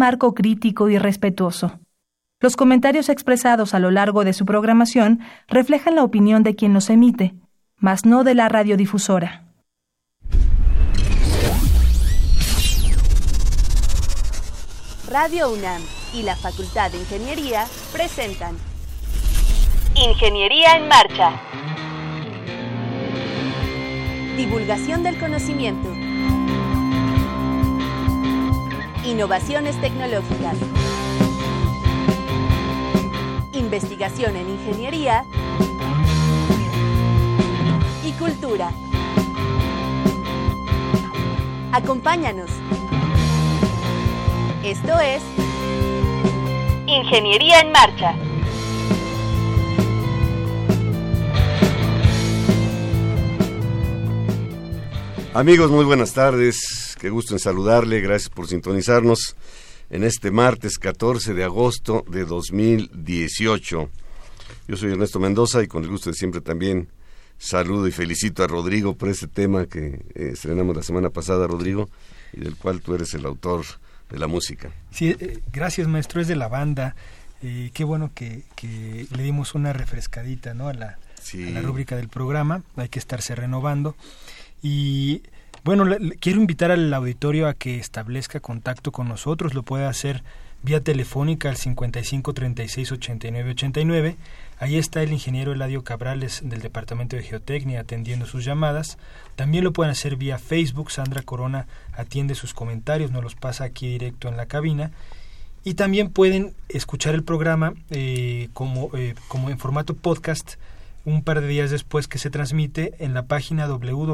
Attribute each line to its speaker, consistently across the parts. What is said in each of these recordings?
Speaker 1: marco crítico y respetuoso. Los comentarios expresados a lo largo de su programación reflejan la opinión de quien los emite, mas no de la radiodifusora.
Speaker 2: Radio UNAM y la Facultad de Ingeniería presentan Ingeniería en Marcha. Divulgación del conocimiento. Innovaciones tecnológicas. Investigación en ingeniería y cultura. Acompáñanos. Esto es Ingeniería en Marcha.
Speaker 3: Amigos, muy buenas tardes. Qué gusto en saludarle. Gracias por sintonizarnos en este martes 14 de agosto de 2018. Yo soy Ernesto Mendoza y con el gusto de siempre también saludo y felicito a Rodrigo por este tema que estrenamos la semana pasada, Rodrigo, y del cual tú eres el autor de la música.
Speaker 4: Sí, gracias, maestro, es de la banda. Qué bueno que le dimos una refrescadita, ¿no? a la rúbrica del programa. Hay que estarse renovando. Y bueno, quiero invitar al auditorio a que establezca contacto con nosotros. Lo puede hacer vía telefónica al 55 36 89 89. Ahí está el ingeniero Eladio Cabrales del Departamento de Geotecnia atendiendo sus llamadas. También lo pueden hacer vía Facebook. Sandra Corona atiende sus comentarios, nos los pasa aquí directo en la cabina. Y también pueden escuchar el programa como en formato podcast un par de días después que se transmite en la página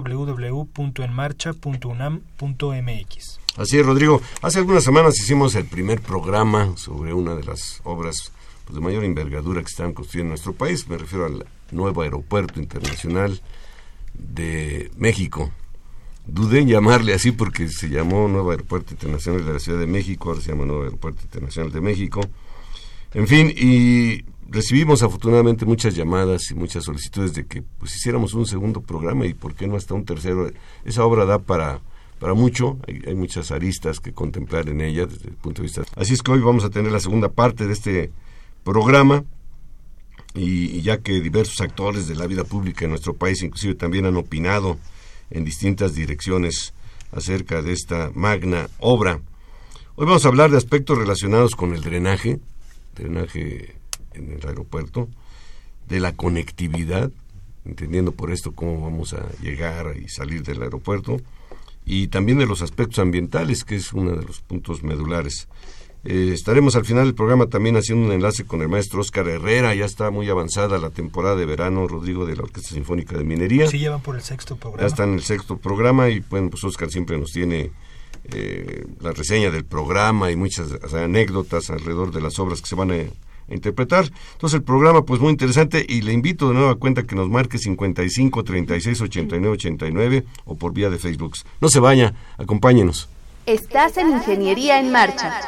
Speaker 4: www.enmarcha.unam.mx.
Speaker 3: Así es, Rodrigo. Hace algunas semanas hicimos el primer programa sobre una de las obras de mayor envergadura que están construyendo en nuestro país. Me refiero al nuevo aeropuerto internacional de México. Dudé en llamarle así porque se llamó Nuevo Aeropuerto Internacional de la Ciudad de México, ahora se llama Nuevo Aeropuerto Internacional de México. En fin, y recibimos afortunadamente muchas llamadas y muchas solicitudes de que pues hiciéramos un segundo programa y por qué no hasta un tercero. Esa obra da para mucho, hay muchas aristas que contemplar en ella desde el punto de vista. Así es que hoy vamos a tener la segunda parte de este programa y ya que diversos actores de la vida pública en nuestro país inclusive también han opinado en distintas direcciones acerca de esta magna obra. Hoy vamos a hablar de aspectos relacionados con el drenaje en el aeropuerto, de la conectividad, entendiendo por esto cómo vamos a llegar y salir del aeropuerto, y también de los aspectos ambientales, que es uno de los puntos medulares. Estaremos al final del programa también haciendo un enlace con el maestro Óscar Herrera. Ya está muy avanzada la temporada de verano, Rodrigo, de la Orquesta Sinfónica de Minería.
Speaker 4: Sí, llevan por el sexto programa.
Speaker 3: Ya están en el sexto programa y bueno, pues Óscar siempre nos tiene la reseña del programa y muchas anécdotas alrededor de las obras que se van a interpretar. Entonces el programa pues muy interesante y le invito de nueva cuenta que nos marque 55 36 89 89 o por vía de Facebook. No se vaya, acompáñenos.
Speaker 2: Estás en Ingeniería en Marcha,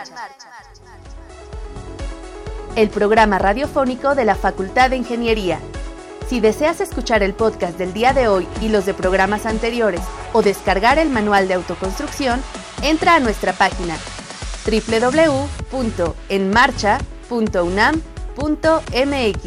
Speaker 2: el programa radiofónico de la Facultad de Ingeniería. Si deseas escuchar el podcast del día de hoy y los de programas anteriores o descargar el manual de autoconstrucción, entra a nuestra página www.enmarcha.unam.mx.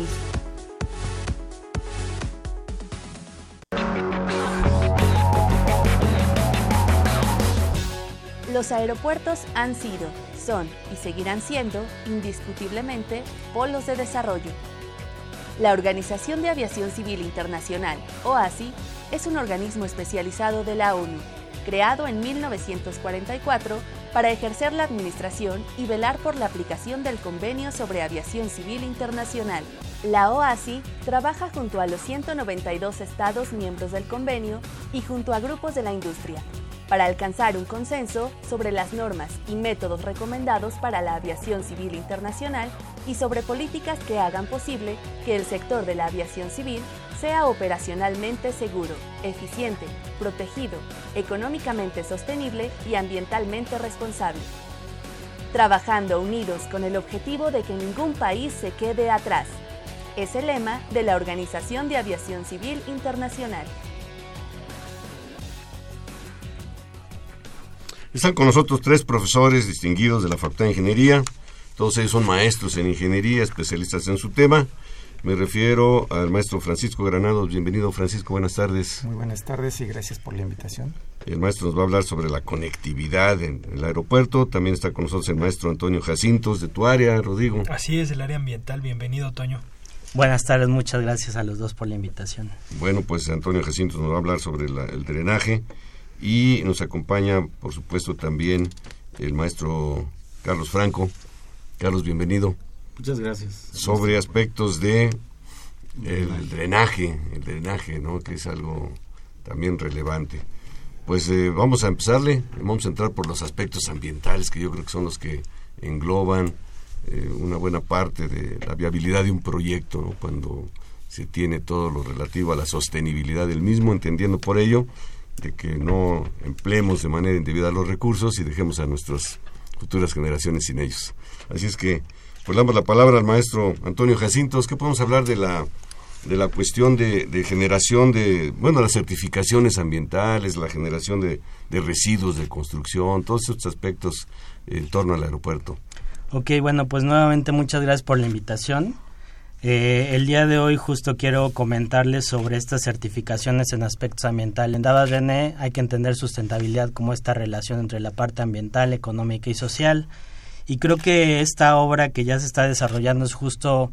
Speaker 2: Los aeropuertos han sido, son y seguirán siendo, indiscutiblemente, polos de desarrollo. La Organización de Aviación Civil Internacional, OACI, es un organismo especializado de la ONU, creado en 1944 para ejercer la administración y velar por la aplicación del Convenio sobre Aviación Civil Internacional. La OACI trabaja junto a los 192 Estados miembros del convenio y junto a grupos de la industria, para alcanzar un consenso sobre las normas y métodos recomendados para la aviación civil internacional y sobre políticas que hagan posible que el sector de la aviación civil sea operacionalmente seguro, eficiente, protegido, económicamente sostenible y ambientalmente responsable. Trabajando unidos con el objetivo de que ningún país se quede atrás. Es el lema de la Organización de Aviación Civil Internacional.
Speaker 3: Están con nosotros 3 profesores distinguidos de la Facultad de Ingeniería. Todos ellos son maestros en ingeniería, especialistas en su tema. Me refiero al maestro Francisco Granados. Bienvenido, Francisco, buenas tardes.
Speaker 5: Muy buenas tardes y gracias por la invitación.
Speaker 3: El maestro nos va a hablar sobre la conectividad en el aeropuerto. También está con nosotros el maestro Antonio Jacintos, de tu área, Rodrigo.
Speaker 4: Así es, del área ambiental. Bienvenido, Toño.
Speaker 6: Buenas tardes, muchas gracias a los dos por la invitación.
Speaker 3: Bueno, pues Antonio Jacintos nos va a hablar sobre el drenaje y nos acompaña, por supuesto, también el maestro Carlos Franco. Carlos, bienvenido.
Speaker 7: Muchas gracias.
Speaker 3: Sobre aspectos de el drenaje, ¿no? Que es algo también relevante. Pues vamos a empezarle, vamos a entrar por los aspectos ambientales, que yo creo que son los que engloban una buena parte de la viabilidad de un proyecto, ¿no? Cuando se tiene todo lo relativo a la sostenibilidad del mismo, entendiendo por ello de que no empleemos de manera indebida los recursos y dejemos a nuestras futuras generaciones sin ellos. Así es que pues damos la palabra al maestro Antonio Jacintos. ¿Qué podemos hablar de la cuestión de generación las certificaciones ambientales, la generación de residuos de construcción, todos estos aspectos en torno al aeropuerto?
Speaker 6: Ok, bueno, pues nuevamente muchas gracias por la invitación. El día de hoy justo quiero comentarles sobre estas certificaciones en aspectos ambientales. En Dava René hay que entender sustentabilidad como esta relación entre la parte ambiental, económica y social. Y creo que esta obra que ya se está desarrollando es justo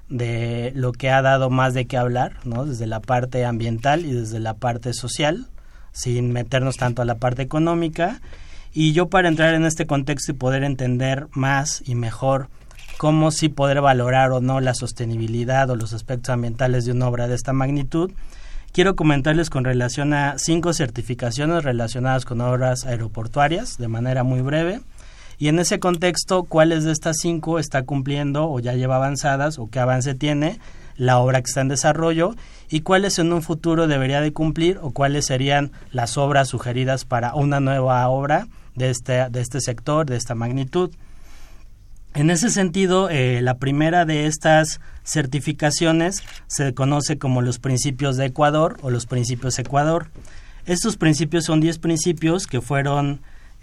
Speaker 6: de lo que ha dado más de qué hablar, ¿no? Desde la parte ambiental y desde la parte social, sin meternos tanto a la parte económica. Y yo, para entrar en este contexto y poder entender más y mejor cómo sí poder valorar o no la sostenibilidad o los aspectos ambientales de una obra de esta magnitud, quiero comentarles con relación a 5 certificaciones relacionadas con obras aeroportuarias de manera muy breve. Y en ese contexto, ¿cuáles de estas 5 está cumpliendo o ya lleva avanzadas o qué avance tiene la obra que está en desarrollo y cuáles en un futuro debería de cumplir o cuáles serían las obras sugeridas para una nueva obra de este sector, de esta magnitud? En ese sentido, la primera de estas certificaciones se conoce como los principios de Ecuador o los principios Ecuador. Estos principios son 10 principios que fueron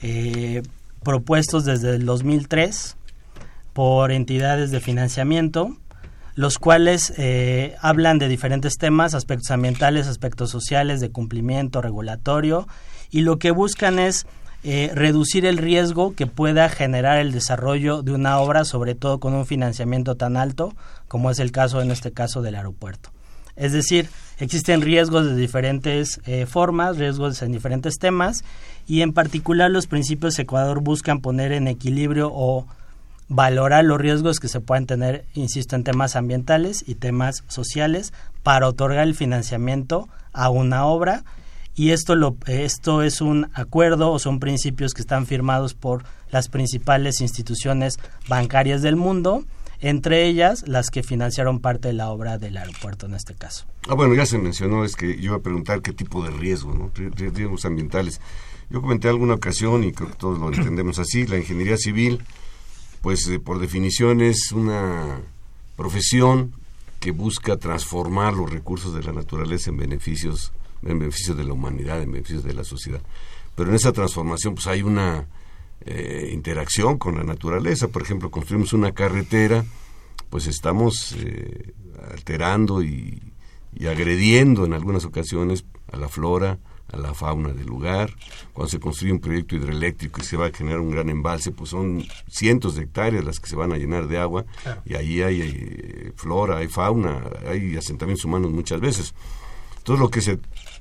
Speaker 6: propuestos desde el 2003 por entidades de financiamiento, los cuales hablan de diferentes temas, aspectos ambientales, aspectos sociales, de cumplimiento regulatorio, y lo que buscan es reducir el riesgo que pueda generar el desarrollo de una obra, sobre todo con un financiamiento tan alto como es el caso en este caso del aeropuerto. Es decir, existen riesgos de diferentes formas, riesgos en diferentes temas, y en particular los principios Ecuador buscan poner en equilibrio o valorar los riesgos que se puedan tener, insisto, en temas ambientales y temas sociales para otorgar el financiamiento a una obra. Y esto es un acuerdo o son principios que están firmados por las principales instituciones bancarias del mundo, entre ellas las que financiaron parte de la obra del aeropuerto en este caso.
Speaker 3: Bueno, ya se mencionó, es que yo iba a preguntar qué tipo de riesgo, ¿no? Riesgos ambientales. Yo comenté alguna ocasión, y creo que todos lo entendemos así, la ingeniería civil, pues por definición es una profesión que busca transformar los recursos de la naturaleza en beneficios de la humanidad, en beneficios de la sociedad. Pero en esa transformación pues hay una interacción con la naturaleza. Por ejemplo, construimos una carretera, pues estamos alterando y agrediendo en algunas ocasiones a la flora, a la fauna del lugar. Cuando se construye un proyecto hidroeléctrico y se va a generar un gran embalse, pues son cientos de hectáreas las que se van a llenar de agua. Claro. Y ahí hay flora, hay fauna, hay asentamientos humanos muchas veces. Todo lo que se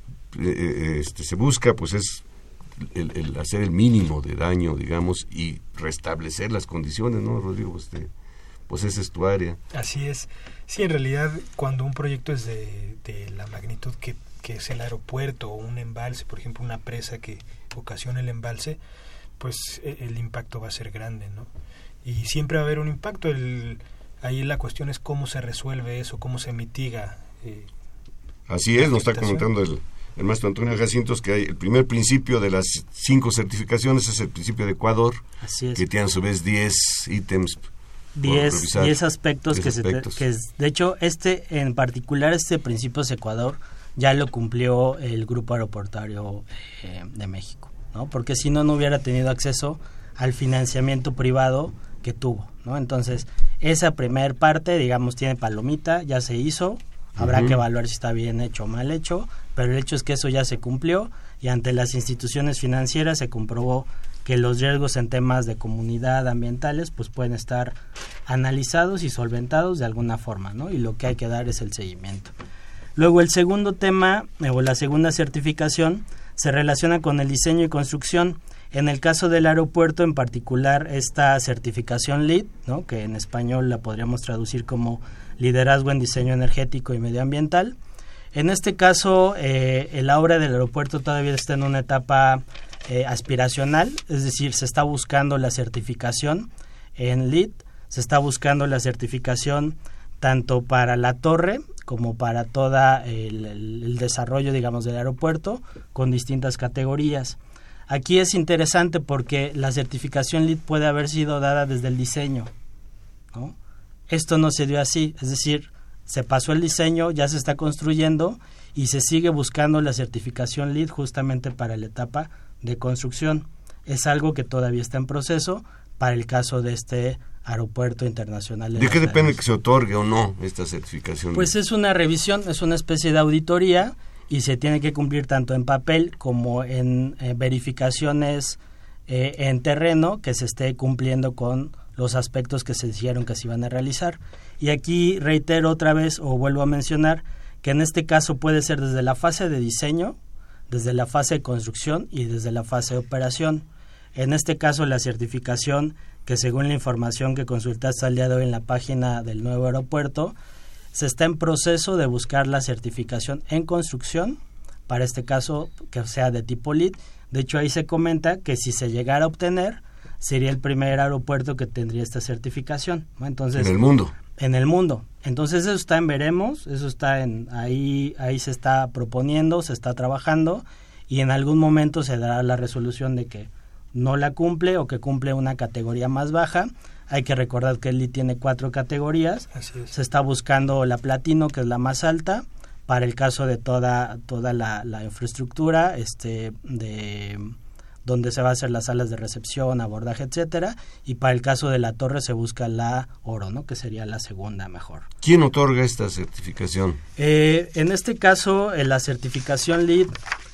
Speaker 3: busca pues es el hacer el mínimo de daño, digamos, y restablecer las condiciones, ¿no, Rodrigo? Pues esa es tu área.
Speaker 4: Así es. Sí, en realidad, cuando un proyecto es de la magnitud que es el aeropuerto o un embalse, por ejemplo, una presa que ocasiona el embalse, pues el impacto va a ser grande, ¿no? Y siempre va a haber un impacto. Ahí la cuestión es cómo se resuelve eso, cómo se mitiga.
Speaker 3: Así es, nos está comentando el maestro Antonio Jacintos que hay el primer principio de las 5 certificaciones es el principio de Ecuador, que tiene a su vez 10 ítems.
Speaker 6: 10 aspectos que de hecho en particular este principio de Ecuador ya lo cumplió el Grupo Aeroportuario de México. ¿no? Porque si no, no hubiera tenido acceso al financiamiento privado que tuvo, ¿no? Entonces, esa primer parte, digamos, tiene palomita, ya se hizo, habrá que evaluar si está bien hecho o mal hecho, pero el hecho es que eso ya se cumplió y ante las instituciones financieras se comprobó que los riesgos en temas de comunidad ambientales pues pueden estar analizados y solventados de alguna forma, ¿no? Y lo que hay que dar es el seguimiento. Luego el segundo tema o la segunda certificación se relaciona con el diseño y construcción. En el caso del aeropuerto en particular esta certificación LEED, ¿no? Que en español la podríamos traducir como liderazgo en diseño energético y medioambiental. En este caso la obra del aeropuerto todavía está en una etapa aspiracional, es decir, se está buscando la certificación en LEED, se está buscando la certificación tanto para la torre como para todo el desarrollo, digamos, del aeropuerto con distintas categorías. Aquí es interesante porque la certificación LEED puede haber sido dada desde el diseño, ¿no? Esto no se dio así, es decir, se pasó el diseño, ya se está construyendo y se sigue buscando la certificación LEED justamente para la etapa de construcción. Es algo que todavía está en proceso para el caso de este aeropuerto internacional.
Speaker 3: ¿De qué depende que se otorgue o no esta certificación?
Speaker 6: Pues es una revisión, es una especie de auditoría y se tiene que cumplir tanto en papel como en verificaciones en terreno, que se esté cumpliendo con los aspectos que se dijeron que se iban a realizar. Y aquí reitero otra vez o vuelvo a mencionar que en este caso puede ser desde la fase de diseño, desde la fase de construcción y desde la fase de operación. En este caso la certificación, que según la información que consultaste al día de hoy en la página del nuevo aeropuerto, se está en proceso de buscar la certificación en construcción, para este caso que sea de tipo LEED. De hecho ahí se comenta que si se llegara a obtener, sería el primer aeropuerto que tendría esta certificación, ¿no? Entonces,
Speaker 3: en el mundo.
Speaker 6: En el mundo. Entonces eso está en veremos, eso está en ahí se está proponiendo, se está trabajando y en algún momento se dará la resolución de que no la cumple o que cumple una categoría más baja. Hay que recordar que el LEED tiene 4 categorías.
Speaker 4: Así es.
Speaker 6: Se está buscando la platino, que es la más alta, para el caso de toda la infraestructura de donde se va a hacer las salas de recepción, abordaje, etcétera, y para el caso de la torre se busca la oro, ¿no? Que sería la segunda mejor.
Speaker 3: ¿Quién otorga esta certificación?
Speaker 6: En este caso, la certificación LEED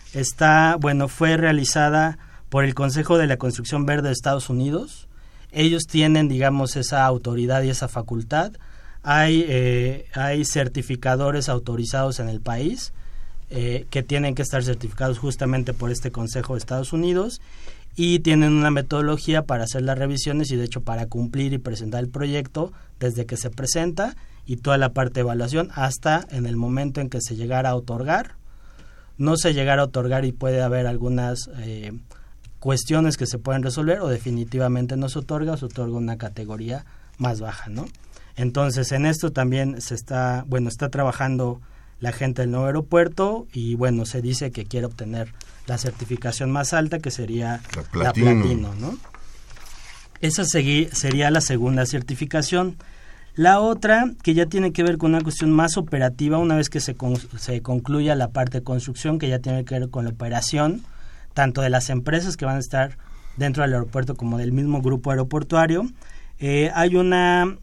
Speaker 6: fue realizada por el Consejo de la Construcción Verde de Estados Unidos. Ellos tienen, digamos, esa autoridad y esa facultad. Hay certificadores autorizados en el país que tienen que estar certificados justamente por este Consejo de Estados Unidos y tienen una metodología para hacer las revisiones y de hecho para cumplir y presentar el proyecto desde que se presenta y toda la parte de evaluación hasta en el momento en que se llegara a otorgar. No se llegara a otorgar y puede haber algunas cuestiones que se pueden resolver o definitivamente no se otorga o se otorga una categoría más baja, ¿no? Entonces en esto también está trabajando la gente del nuevo aeropuerto y se dice que quiere obtener la certificación más alta, que sería la platino, ¿no? Esa sería la segunda certificación. La otra, que ya tiene que ver con una cuestión más operativa, una vez que se concluya la parte de construcción, que ya tiene que ver con la operación, tanto de las empresas que van a estar dentro del aeropuerto como del mismo grupo aeroportuario. Hay una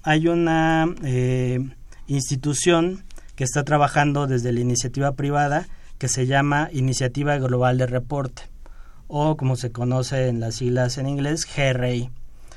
Speaker 6: institución que está trabajando desde la iniciativa privada que se llama Iniciativa Global de Reporte o como se conoce en las siglas en inglés, GRI.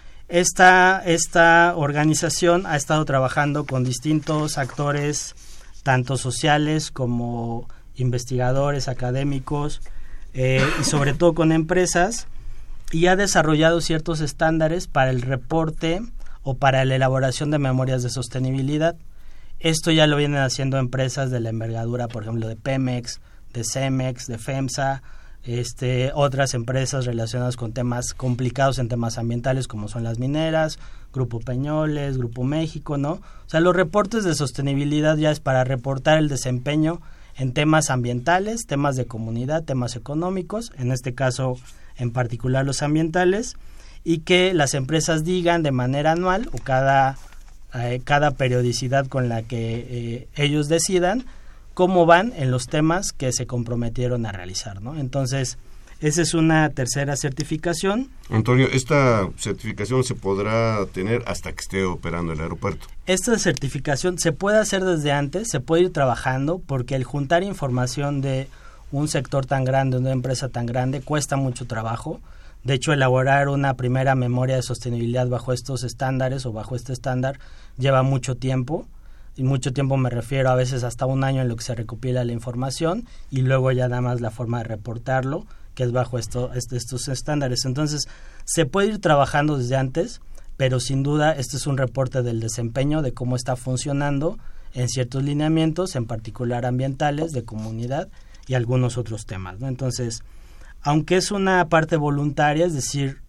Speaker 6: Esta organización ha estado trabajando con distintos actores, tanto sociales como investigadores, académicos y sobre todo con empresas, y ha desarrollado ciertos estándares para el reporte o para la elaboración de memorias de sostenibilidad. Esto ya lo vienen haciendo empresas de la envergadura, por ejemplo, de Pemex, de Cemex, de FEMSA, otras empresas relacionadas con temas complicados en temas ambientales como son las mineras, Grupo Peñoles, Grupo México, ¿no? O sea, los reportes de sostenibilidad ya es para reportar el desempeño en temas ambientales, temas de comunidad, temas económicos, en este caso en particular los ambientales, y que las empresas digan de manera anual o cada periodicidad con la que ellos decidan cómo van en los temas que se comprometieron a realizar, ¿no? Entonces, Esa es una tercera certificación.
Speaker 3: Antonio, ¿esta certificación se podrá tener hasta que esté operando el aeropuerto?
Speaker 6: Esta certificación se puede hacer desde antes, se puede ir trabajando, porque el juntar información de un sector tan grande, una empresa tan grande, cuesta mucho trabajo. De hecho, elaborar una primera memoria de sostenibilidad bajo estos estándares o bajo este estándar lleva mucho tiempo. Y mucho tiempo me refiero a veces hasta un año en lo que se recopila la información y luego ya nada más la forma de reportarlo, que es bajo estos estándares. Entonces, se puede ir trabajando desde antes, pero sin duda este es un reporte del desempeño, de cómo está funcionando en ciertos lineamientos, en particular ambientales, de comunidad y algunos otros temas, ¿no? Entonces, aunque es una parte voluntaria, es decir,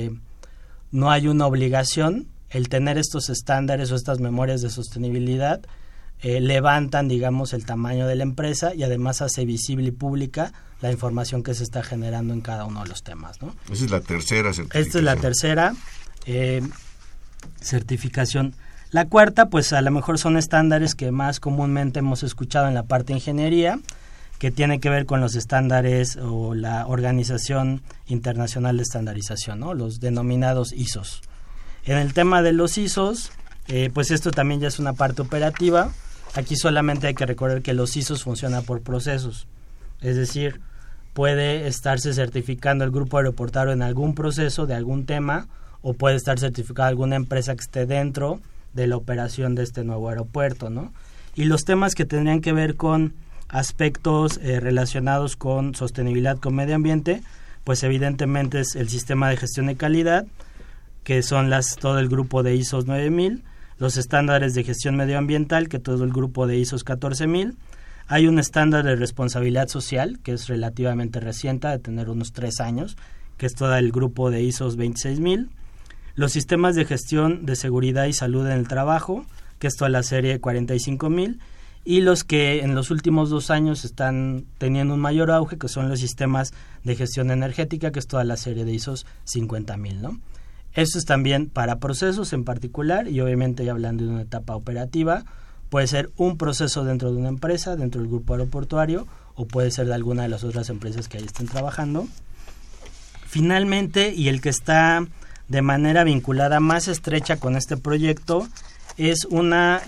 Speaker 6: no hay una obligación, el tener estos estándares o estas memorias de sostenibilidad levantan, digamos, el tamaño de la empresa y además hace visible y pública la información que se está generando en cada uno de los temas, ¿no?
Speaker 3: Esa es la tercera certificación.
Speaker 6: Esta es la tercera certificación. La cuarta, pues a lo mejor son estándares que más comúnmente hemos escuchado en la parte de ingeniería, que tiene que ver con los estándares o la Organización Internacional de Estandarización, ¿no? Los denominados ISOs. En el tema de los ISOs, pues esto también ya es una parte operativa. Aquí solamente hay que recordar que los ISOs funcionan por procesos. Es decir, puede estarse certificando el grupo aeroportuario en algún proceso de algún tema, o puede estar certificada alguna empresa que esté dentro de la operación de este nuevo aeropuerto, ¿no? Y los temas que tendrían que ver con aspectos relacionados con sostenibilidad, con medio ambiente, pues evidentemente es el sistema de gestión de calidad, que son todo el grupo de ISO 9000, los estándares de gestión medioambiental, que todo el grupo de ISO 14000. Hay un estándar de responsabilidad social, que es relativamente reciente, de tener unos 3 años, que es todo el grupo de ISO 26000. Los sistemas de gestión de seguridad y salud en el trabajo, que es toda la serie 45000. Y los que en los últimos 2 años están teniendo un mayor auge, que son los sistemas de gestión energética, que es toda la serie de ISO 50000, ¿no? Esto es también para procesos en particular, y obviamente ya hablando de una etapa operativa, puede ser un proceso dentro de una empresa, dentro del grupo aeroportuario, o puede ser de alguna de las otras empresas que ahí estén trabajando. Finalmente, y el que está de manera vinculada más estrecha con este proyecto, es una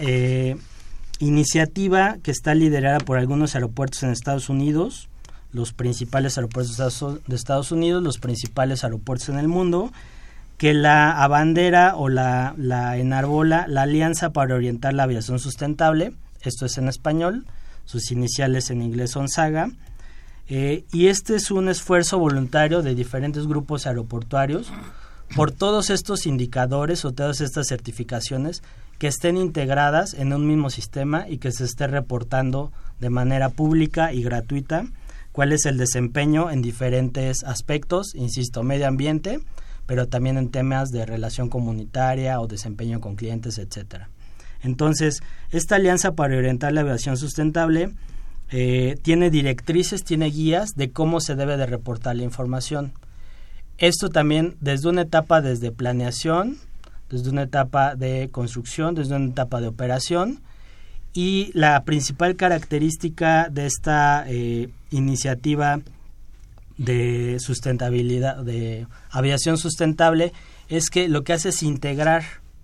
Speaker 6: iniciativa que está liderada por algunos aeropuertos en Estados Unidos, los principales aeropuertos de Estados Unidos, los principales aeropuertos en el mundo, que la abandera o la enarbola la Alianza para Orientar la Aviación Sustentable. Esto es en español, sus iniciales en inglés son SAGA, y este es un esfuerzo voluntario de diferentes grupos aeroportuarios por todos estos indicadores o todas estas certificaciones que estén integradas en un mismo sistema y que se esté reportando de manera pública y gratuita cuál es el desempeño en diferentes aspectos, insisto, medio ambiente, pero también en temas de relación comunitaria o desempeño con clientes, etcétera. Entonces, esta Alianza para Orientar la Aviación Sustentable tiene directrices, tiene guías de cómo se debe de reportar la información. Esto también desde una etapa desde planeación, desde una etapa de construcción, desde una etapa de operación, y la principal característica de esta iniciativa de sustentabilidad, de aviación sustentable, es que lo que hace es integrar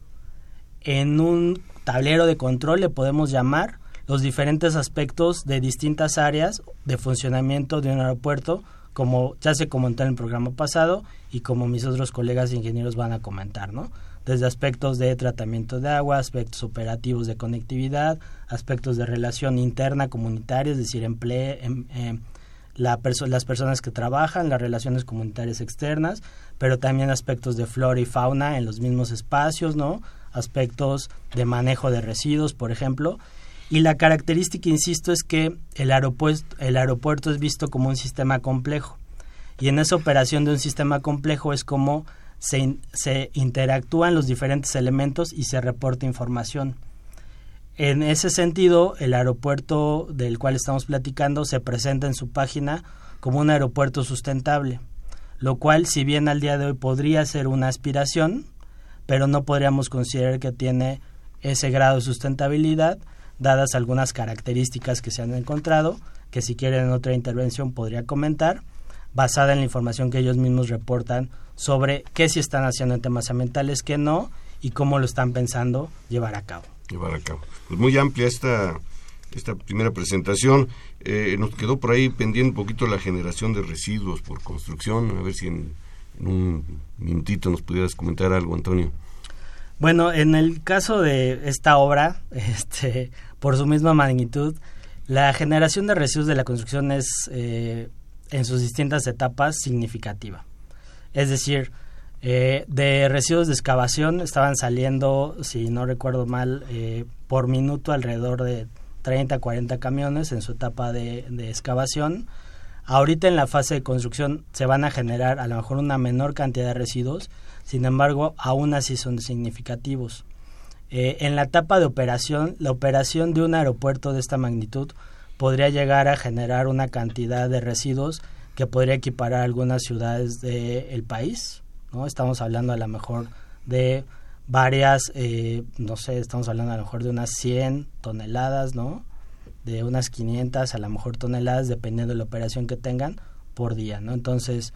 Speaker 6: en un tablero de control, le podemos llamar, los diferentes aspectos de distintas áreas de funcionamiento de un aeropuerto, como ya se comentó en el programa pasado y como mis otros colegas ingenieros van a comentar, ¿no? Desde aspectos de tratamiento de agua, aspectos operativos de conectividad, aspectos de relación interna comunitaria, es decir, las personas que trabajan, las relaciones comunitarias externas, pero también aspectos de flora y fauna en los mismos espacios, ¿no? Aspectos de manejo de residuos, por ejemplo. Y la característica, insisto, es que el aeropuerto es visto como un sistema complejo. Y en esa operación de un sistema complejo es como se interactúan los diferentes elementos y se reporta información. En ese sentido, el aeropuerto del cual estamos platicando se presenta en su página como un aeropuerto sustentable, lo cual, si bien al día de hoy podría ser una aspiración, pero no podríamos considerar que tiene ese grado de sustentabilidad, dadas algunas características que se han encontrado, que si quieren en otra intervención podría comentar, basada en la información que ellos mismos reportan sobre qué sí están haciendo en temas ambientales, qué no, y cómo lo están pensando llevar a cabo.
Speaker 3: Pues muy amplia esta primera presentación. Nos quedó por ahí pendiente un poquito la generación de residuos por construcción. A ver si en un minutito nos pudieras comentar algo, Antonio.
Speaker 6: Bueno, en el caso de esta obra, por su misma magnitud, la generación de residuos de la construcción es, en sus distintas etapas, significativa. Es decir, de residuos de excavación estaban saliendo, si no recuerdo mal, por minuto alrededor de 30 a 40 camiones en su etapa de excavación. Ahorita en la fase de construcción se van a generar a lo mejor una menor cantidad de residuos, sin embargo, aún así son significativos. En la etapa de operación, la operación de un aeropuerto de esta magnitud podría llegar a generar una cantidad de residuos que podría equiparar a algunas ciudades del país, ¿no? Estamos hablando a lo mejor de varias, estamos hablando a lo mejor de unas 100 toneladas, ¿no? De unas 500 a lo mejor toneladas, dependiendo de la operación que tengan por día, ¿no? Entonces,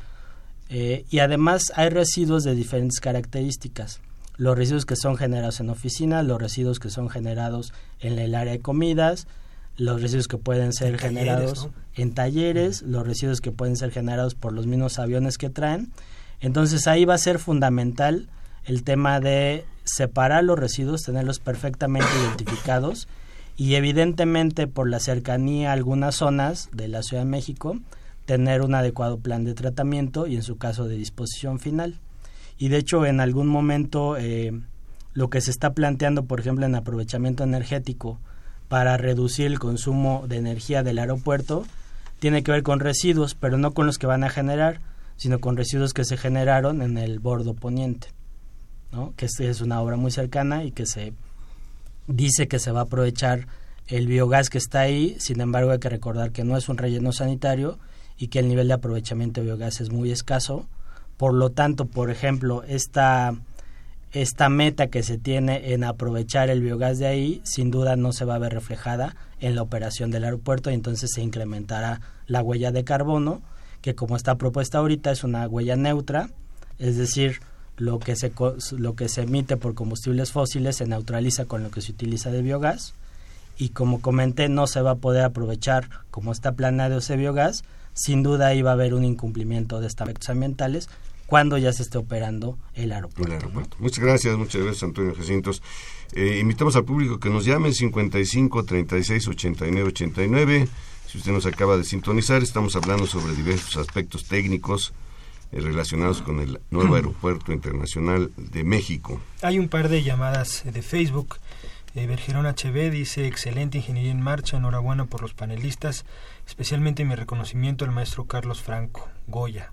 Speaker 6: y además hay residuos de diferentes características. Los residuos que son generados en oficinas, los residuos que son generados en el área de comidas, los residuos que pueden ser generados en talleres, los residuos que pueden ser generados por los mismos aviones que traen. Entonces ahí va a ser fundamental el tema de separar los residuos, tenerlos perfectamente identificados y evidentemente por la cercanía a algunas zonas de la Ciudad de México, tener un adecuado plan de tratamiento y en su caso de disposición final. Y de hecho en algún momento lo que se está planteando, por ejemplo, en aprovechamiento energético para reducir el consumo de energía del aeropuerto, tiene que ver con residuos, pero no con los que van a generar, sino con residuos que se generaron en el bordo poniente, ¿no? Que es una obra muy cercana y que se dice que se va a aprovechar el biogás que está ahí. Sin embargo, hay que recordar que no es un relleno sanitario y que el nivel de aprovechamiento de biogás es muy escaso. Por lo tanto, por ejemplo, esta meta que se tiene en aprovechar el biogás de ahí, sin duda no se va a ver reflejada en la operación del aeropuerto y entonces se incrementará la huella de carbono, que como está propuesta ahorita es una huella neutra, es decir, lo que se emite por combustibles fósiles se neutraliza con lo que se utiliza de biogás y como comenté no se va a poder aprovechar como está planeado ese biogás. Sin duda ahí va a haber un incumplimiento de estos aspectos ambientales cuando ya se esté operando el aeropuerto.
Speaker 3: Muchas gracias Antonio Jacintos. Invitamos al público que nos llame 55 36 89 89. Si usted nos acaba de sintonizar, estamos hablando sobre diversos aspectos técnicos relacionados con el nuevo aeropuerto internacional de México.
Speaker 4: Hay un par de llamadas de Facebook. Bergerón HB dice: excelente ingeniería en marcha, enhorabuena por los panelistas, especialmente mi reconocimiento al maestro Carlos Franco Goya.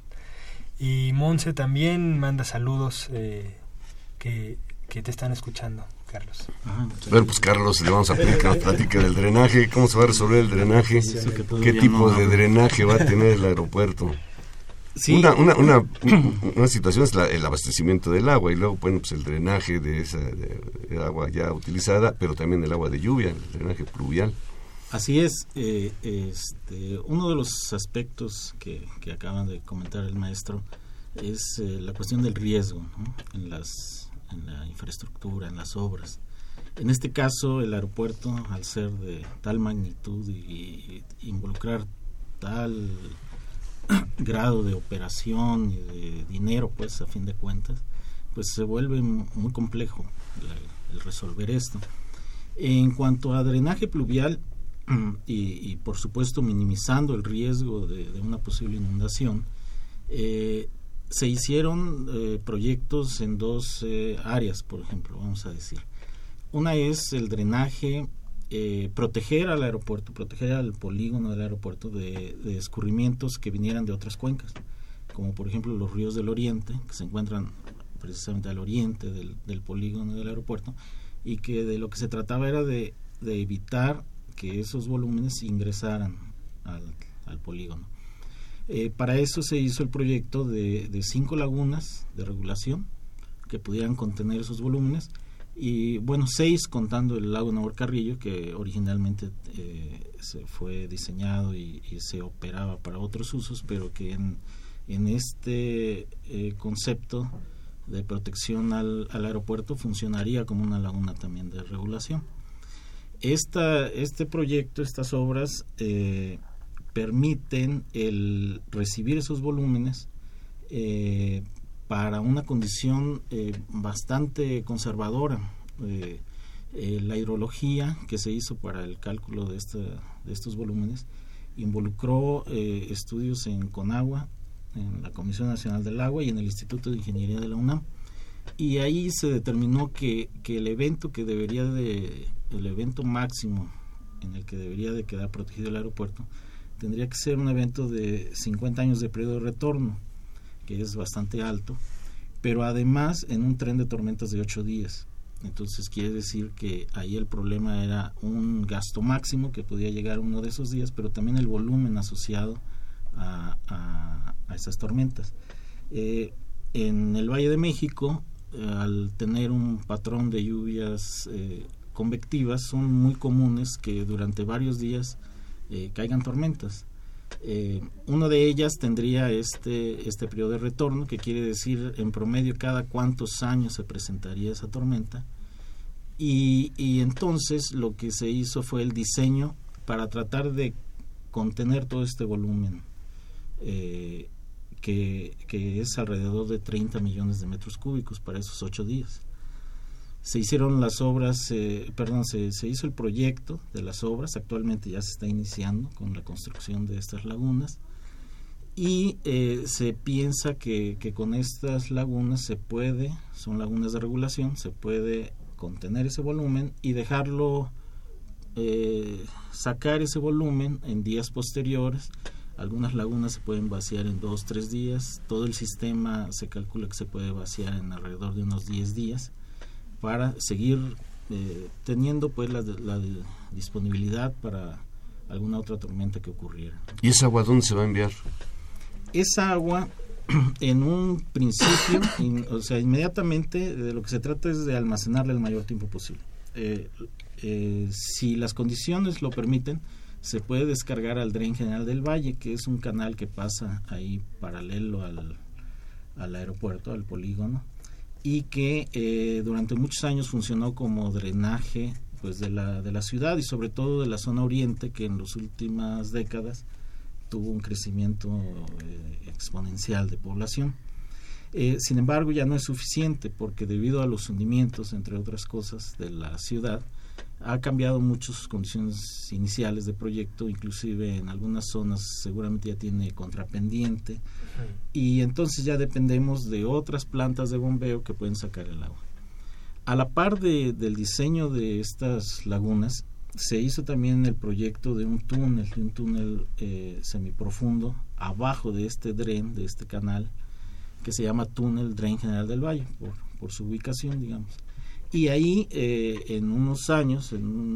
Speaker 4: Y Monse también manda saludos que te están escuchando, Carlos.
Speaker 3: Bueno, pues Carlos, le vamos a pedir que nos platique del drenaje. ¿Cómo se va a resolver el drenaje? ¿Qué tipo de drenaje va a tener el aeropuerto? Sí. Una situación es el abastecimiento del agua y luego pues el drenaje de esa de agua ya utilizada, pero también el agua de lluvia, el drenaje pluvial.
Speaker 7: Así es. Uno de los aspectos que acaban de comentar el maestro es la cuestión del riesgo, ¿no? en la infraestructura, en las obras. En este caso, el aeropuerto, al ser de tal magnitud y involucrar tal grado de operación y de dinero, pues a fin de cuentas, pues se vuelve muy complejo el resolver esto. En cuanto a drenaje pluvial y por supuesto minimizando el riesgo de una posible inundación, se hicieron proyectos en dos áreas, por ejemplo, vamos a decir. Una es el drenaje, proteger al aeropuerto, proteger al polígono del aeropuerto de escurrimientos que vinieran de otras cuencas, como por ejemplo los ríos del oriente, que se encuentran precisamente al oriente del polígono del aeropuerto, y que de lo que se trataba era de evitar que esos volúmenes ingresaran al polígono. Para eso se hizo el proyecto de 5 lagunas de regulación que pudieran contener esos volúmenes, y bueno, 6 contando el lago Nahuel-Carrillo, que originalmente se fue diseñado y se operaba para otros usos, pero que en este concepto de protección al aeropuerto funcionaría como una laguna también de regulación. Este proyecto, estas obras permiten el recibir esos volúmenes para una condición bastante conservadora. La hidrología que se hizo para el cálculo de estos volúmenes involucró estudios en Conagua, en la Comisión Nacional del Agua y en el Instituto de Ingeniería de la UNAM, y ahí se determinó que el evento el evento máximo en el que debería de quedar protegido el aeropuerto tendría que ser un evento de 50 años de periodo de retorno, que es bastante alto, pero además en un tren de tormentas de 8 días. Entonces quiere decir que ahí el problema era un gasto máximo que podía llegar uno de esos días, pero también el volumen asociado a esas tormentas. En el Valle de México, al tener un patrón de lluvias convectivas, son muy comunes que durante varios días caigan tormentas. Una de ellas tendría este periodo de retorno, que quiere decir en promedio cada cuántos años se presentaría esa tormenta, y entonces lo que se hizo fue el diseño para tratar de contener todo este volumen, que es alrededor de 30 millones de metros cúbicos para esos 8 días. Se hicieron las obras, se hizo el proyecto de las obras, actualmente ya se está iniciando con la construcción de estas lagunas, y se piensa que con estas lagunas son lagunas de regulación, se puede contener ese volumen y dejarlo, sacar ese volumen en días posteriores. Algunas lagunas se pueden vaciar en 2-3 días, todo el sistema se calcula que se puede vaciar en alrededor de unos 10 días, para seguir teniendo pues la disponibilidad para alguna otra tormenta que ocurriera.
Speaker 3: ¿Y esa agua dónde se va a enviar? Esa
Speaker 7: agua, en un principio, inmediatamente de lo que se trata es de almacenarla el mayor tiempo posible. Si las condiciones lo permiten, se puede descargar al Dren General del Valle, que es un canal que pasa ahí paralelo al aeropuerto, al polígono, y que durante muchos años funcionó como drenaje pues de la ciudad y sobre todo de la zona oriente, que en las últimas décadas tuvo un crecimiento exponencial de población. Sin embargo, ya no es suficiente, porque debido a los hundimientos, entre otras cosas, de la ciudad, ha cambiado mucho sus condiciones iniciales de proyecto, inclusive en algunas zonas seguramente ya tiene contrapendiente, y entonces ya dependemos de otras plantas de bombeo que pueden sacar el agua. A la par del diseño de estas lagunas, se hizo también el proyecto de un túnel semiprofundo abajo de este dren, de este canal, que se llama túnel Dren General del Valle, por su ubicación, digamos. Y ahí en unos años,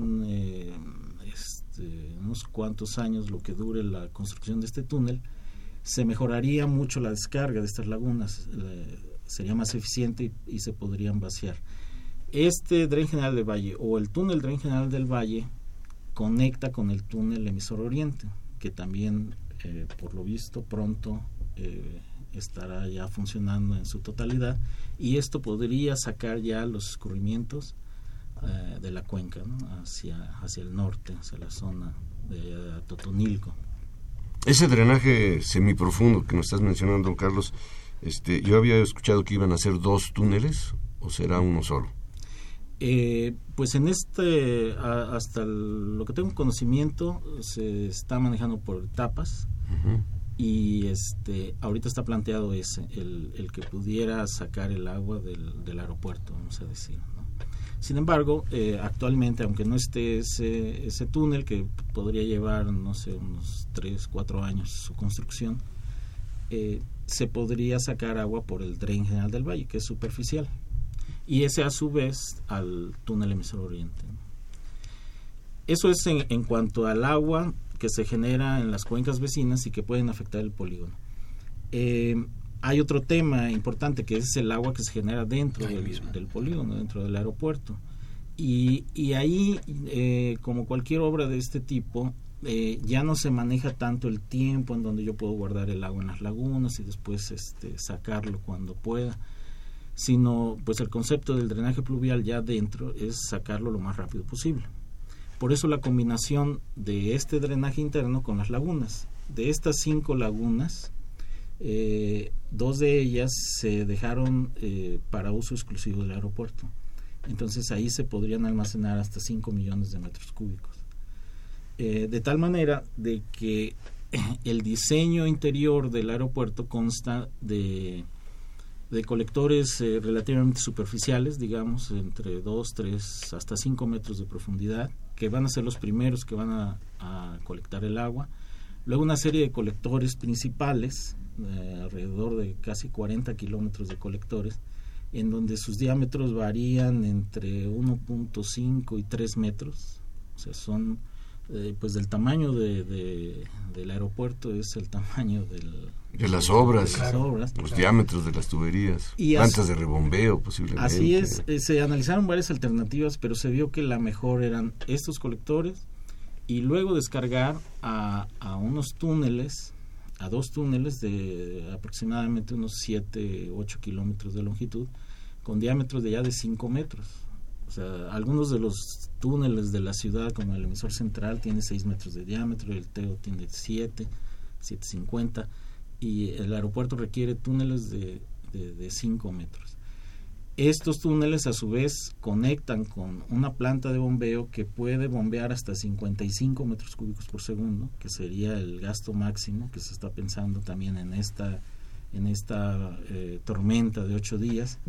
Speaker 7: unos cuantos años, lo que dure la construcción de este túnel, se mejoraría mucho la descarga de estas lagunas, sería más eficiente y se podrían vaciar. Este Dren General del Valle o el túnel Dren General del Valle conecta con el túnel emisor oriente, que también por lo visto pronto estará ya funcionando en su totalidad, y esto podría sacar ya los escurrimientos de la cuenca, ¿no? hacia el norte, hacia la zona de Totonilco.
Speaker 3: Ese drenaje semiprofundo que nos estás mencionando, Carlos, yo había escuchado que iban a ser 2 túneles, ¿o será uno solo?
Speaker 7: Pues en hasta lo que tengo conocimiento, se está manejando por etapas. Uh-huh. Y ahorita está planteado el que pudiera sacar el agua del aeropuerto, vamos a decir, ¿no? Sin embargo, actualmente, aunque no esté ese túnel, que podría llevar, no sé, unos 3-4 años su construcción, se podría sacar agua por el Dren General del Valle, que es superficial, y ese a su vez al túnel emisor oriente, ¿no? Eso es en cuanto al agua que se genera en las cuencas vecinas y que pueden afectar el polígono. hay otro tema importante, que es el agua que se genera dentro del polígono, dentro del aeropuerto. Y ahí, como cualquier obra de este tipo, ya no se maneja tanto el tiempo en donde yo puedo guardar el agua en las lagunas y después sacarlo cuando pueda, sino pues el concepto del drenaje pluvial ya dentro es sacarlo lo más rápido posible. Por eso la combinación de este drenaje interno con las lagunas. De estas 5 lagunas, 2 de ellas se dejaron para uso exclusivo del aeropuerto. Entonces ahí se podrían almacenar hasta 5 millones de metros cúbicos. De tal manera de que el diseño interior del aeropuerto consta de colectores relativamente superficiales, digamos, entre 2, 3, hasta 5 metros de profundidad, que van a ser los primeros que van a colectar el agua. Luego una serie de colectores principales, alrededor de casi 40 kilómetros de colectores, en donde sus diámetros varían entre 1.5 y 3 metros. O sea, son pues del tamaño del aeropuerto, es el tamaño
Speaker 3: de las obras,
Speaker 7: los
Speaker 3: diámetros de las tuberías, y plantas de rebombeo posiblemente.
Speaker 7: Así es, se analizaron varias alternativas, pero se vio que la mejor eran estos colectores y luego descargar a unos túneles, a 2 túneles de aproximadamente unos 7, 8 kilómetros de longitud, con diámetros de ya de 5 metros. O sea, algunos de los túneles de la ciudad, como el emisor central, tiene 6 metros de diámetro, el TEO tiene 7.50, y el aeropuerto requiere túneles de 5 metros. Estos túneles, a su vez, conectan con una planta de bombeo que puede bombear hasta 55 metros cúbicos por segundo, que sería el gasto máximo que se está pensando también en esta tormenta de 8 días.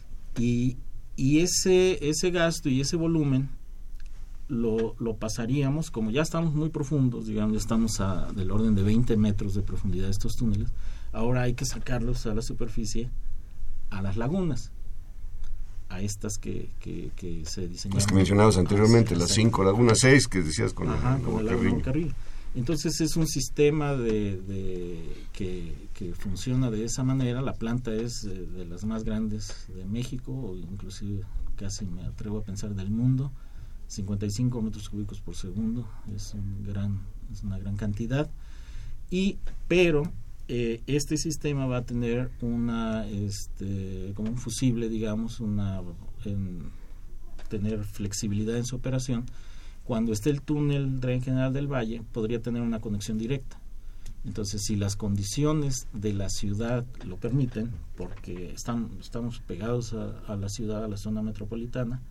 Speaker 7: Y ese gasto y ese volumen lo pasaríamos, como ya estamos muy profundos, digamos, ya estamos del orden de 20 metros de profundidad de estos túneles, ahora hay que sacarlos a la superficie, a las lagunas, a estas que se diseñaron.
Speaker 3: Las que mencionabas anteriormente, las 5 lagunas, 6 que decías con el Agua
Speaker 7: Carrillo. Entonces es un sistema que funciona de esa manera. La planta es de las más grandes de México, o inclusive casi me atrevo a pensar del mundo. 55 metros cúbicos por segundo es una gran cantidad. Pero este sistema va a tener como un fusible, digamos, tener flexibilidad en su operación. Cuando esté el túnel Tren General del Valle, podría tener una conexión directa. Entonces, si las condiciones de la ciudad lo permiten, porque estamos pegados a la ciudad, a la zona metropolitana,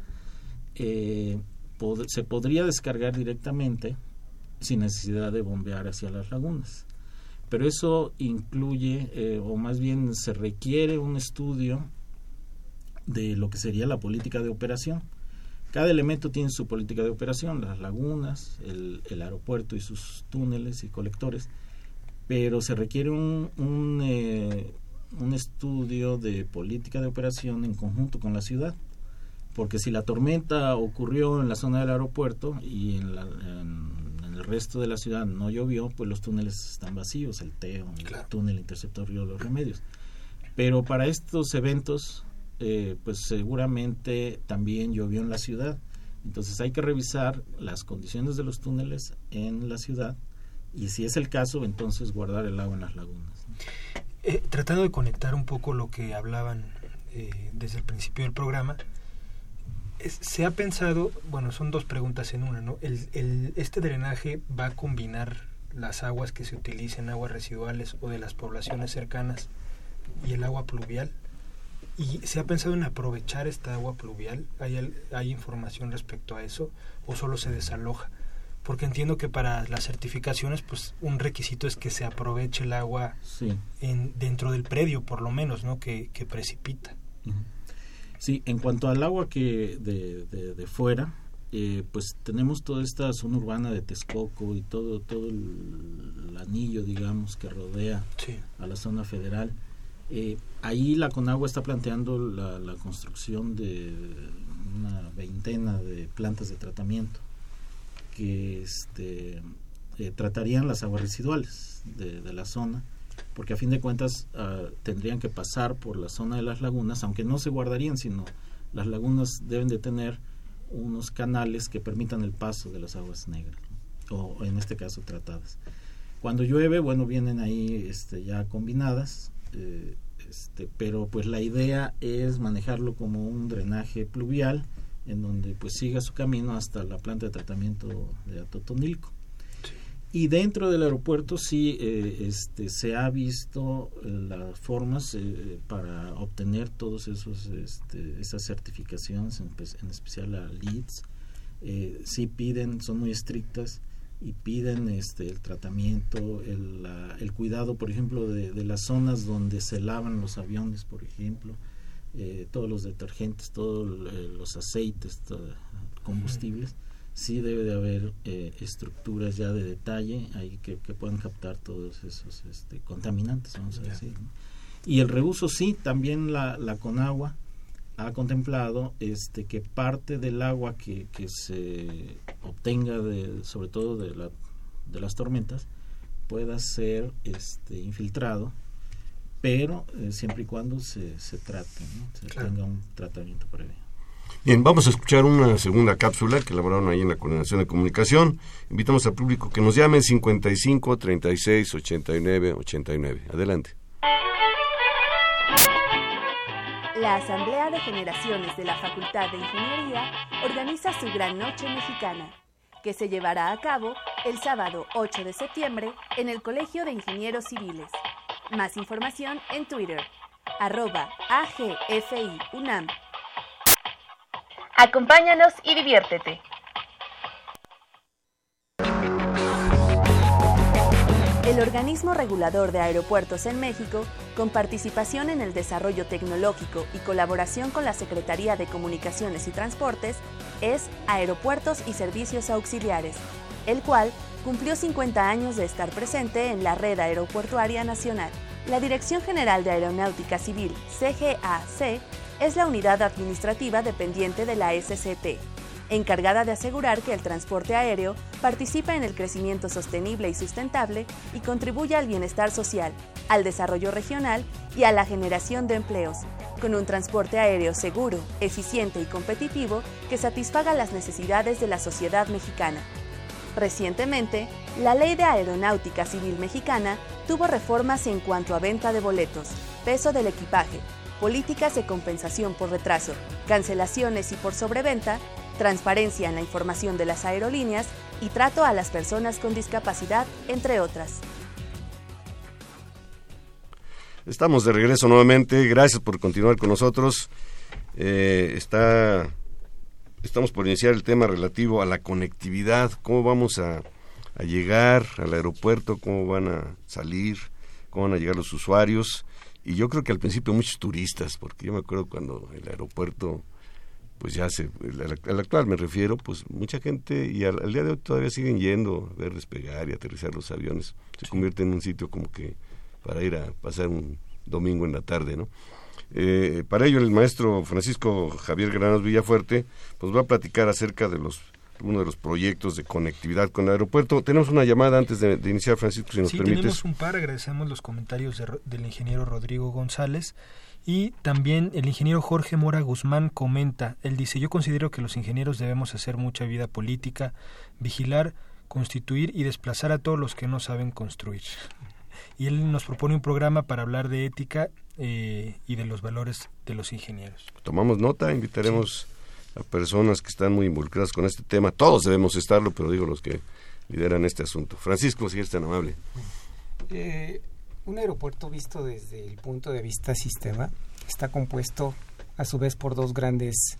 Speaker 7: se podría descargar directamente sin necesidad de bombear hacia las lagunas. Pero eso incluye, o más bien se requiere un estudio de lo que sería la política de operación. Cada elemento tiene su política de operación, las lagunas, el aeropuerto y sus túneles y colectores, pero se requiere un estudio de política de operación en conjunto con la ciudad, porque si la tormenta ocurrió en la zona del aeropuerto y en el resto de la ciudad no llovió, pues los túneles están vacíos, el TEO, el túnel interceptor Río Los Remedios. Pero para estos eventos pues seguramente también llovió en la ciudad, entonces hay que revisar las condiciones de los túneles en la ciudad y si es el caso, entonces guardar el agua en las lagunas.
Speaker 4: Tratando de conectar un poco lo que hablaban desde el principio del programa, se ha pensado, bueno, son 2 preguntas en una, ¿no? ¿Este drenaje va a combinar las aguas que se utilicen, aguas residuales o de las poblaciones cercanas, y el agua pluvial? ¿Y se ha pensado en aprovechar esta agua pluvial? ¿Hay información respecto a eso o solo se desaloja? Porque entiendo que para las certificaciones pues un requisito es que se aproveche el agua dentro del predio, por lo menos, ¿no? Que precipita.
Speaker 7: Sí, en cuanto al agua que de fuera, pues tenemos toda esta zona urbana de Texcoco y todo el anillo, digamos, que rodea a la zona federal. Ahí la Conagua está planteando la construcción de una veintena de plantas de tratamiento que tratarían las aguas residuales de la zona porque a fin de cuentas tendrían que pasar por la zona de las lagunas, aunque no se guardarían, sino las lagunas deben de tener unos canales que permitan el paso de las aguas negras, ¿no? O en este caso tratadas. Cuando llueve, bueno, vienen ahí ya combinadas, pero pues la idea es manejarlo como un drenaje pluvial en donde pues siga su camino hasta la planta de tratamiento de Atotonilco. Y dentro del aeropuerto sí se ha visto las formas para obtener todos esas certificaciones, en especial la LEED. Sí piden, son muy estrictas y piden el tratamiento, el cuidado, por ejemplo, de las zonas donde se lavan los aviones, por ejemplo, todos los detergentes, todos los aceites, combustibles. Sí debe de haber estructuras ya de detalle ahí que puedan captar todos esos contaminantes, vamos a decir, ¿no? Y el reuso sí, también la Conagua ha contemplado que parte del agua que se obtenga sobre todo de las tormentas pueda ser infiltrado, pero siempre y cuando se trate, ¿no? Tenga un tratamiento previo.
Speaker 3: Bien, vamos a escuchar una segunda cápsula que elaboraron ahí en la Coordinación de Comunicación. Invitamos al público que nos llame 55 36 89 89. Adelante.
Speaker 2: La Asamblea de Generaciones de la Facultad de Ingeniería organiza su Gran Noche Mexicana, que se llevará a cabo el sábado 8 de septiembre en el Colegio de Ingenieros Civiles. Más información en Twitter, @AGFIUNAM.
Speaker 1: Acompáñanos y diviértete.
Speaker 2: El organismo regulador de aeropuertos en México, con participación en el desarrollo tecnológico y colaboración con la Secretaría de Comunicaciones y Transportes, es Aeropuertos y Servicios Auxiliares, el cual cumplió 50 años de estar presente en la red aeroportuaria nacional. La Dirección General de Aeronáutica Civil, CGAC, es la unidad administrativa dependiente de la SCT, encargada de asegurar que el transporte aéreo participa en el crecimiento sostenible y sustentable y contribuye al bienestar social, al desarrollo regional y a la generación de empleos, con un transporte aéreo seguro, eficiente y competitivo que satisfaga las necesidades de la sociedad mexicana. Recientemente, la Ley de Aeronáutica Civil Mexicana tuvo reformas en cuanto a venta de boletos, peso del equipaje, políticas de compensación por retraso, cancelaciones y por sobreventa, transparencia en la información de las aerolíneas y trato a las personas con discapacidad, entre otras.
Speaker 3: Estamos de regreso nuevamente. Gracias por continuar con nosotros. Estamos por iniciar el tema relativo a la conectividad. ¿Cómo vamos a llegar al aeropuerto? ¿Cómo van a salir? ¿Cómo van a llegar los usuarios? Y yo creo que al principio muchos turistas, porque yo me acuerdo cuando el aeropuerto, pues al actual me refiero, pues mucha gente, y al día de hoy todavía siguen yendo a ver despegar y aterrizar los aviones. Se convierte en un sitio como que para ir a pasar un domingo en la tarde, ¿no? Para ello el maestro Francisco Javier Granados Villafuerte pues va a platicar acerca de uno de los proyectos de conectividad con el aeropuerto. Tenemos una llamada antes de iniciar, Francisco, si nos permites. Sí,
Speaker 4: tenemos un par. Agradecemos los comentarios del ingeniero Rodrigo González. Y también el ingeniero Jorge Mora Guzmán comenta, él dice: yo considero que los ingenieros debemos hacer mucha vida política, vigilar, constituir y desplazar a todos los que no saben construir. Y él nos propone un programa para hablar de ética y de los valores de los ingenieros.
Speaker 3: Tomamos nota, invitaremos a personas que están muy involucradas con este tema. Todos debemos estarlo, pero digo los que lideran este asunto. Francisco, si eres tan amable.
Speaker 5: Un aeropuerto visto desde el punto de vista sistema está compuesto a su vez por dos grandes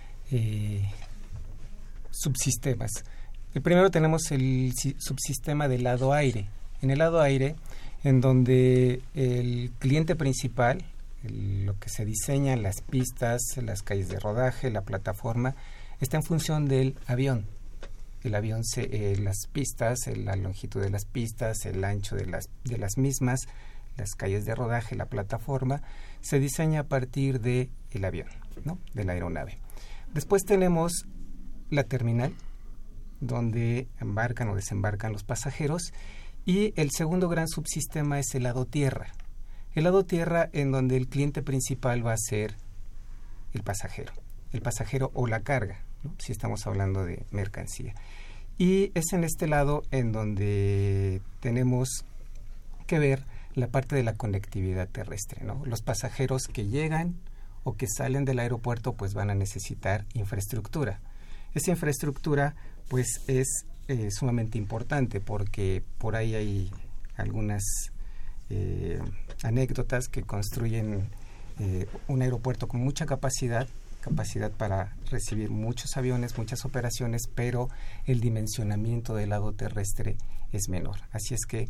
Speaker 5: subsistemas. El primero tenemos el subsistema del lado aire. En el lado aire, en donde el cliente principal, lo que se diseña, las pistas, las calles de rodaje, la plataforma, está en función del avión. El avión, las pistas, la longitud de las pistas, el ancho de las mismas, las calles de rodaje, la plataforma, se diseña a partir del avión, ¿no? De la aeronave. Después tenemos la terminal, donde embarcan o desembarcan los pasajeros, Y el segundo gran subsistema es el lado tierra. El lado tierra, en donde el cliente principal va a ser el pasajero o la carga, ¿no? Si estamos hablando de mercancía. Y es en este lado en donde tenemos que ver la parte de la conectividad terrestre, ¿no? Los pasajeros que llegan o que salen del aeropuerto pues van a necesitar infraestructura. Esa infraestructura pues es sumamente importante, porque por ahí hay algunas anécdotas que construyen un aeropuerto con mucha capacidad para recibir muchos aviones, muchas operaciones, pero el dimensionamiento del lado terrestre es menor. Así es que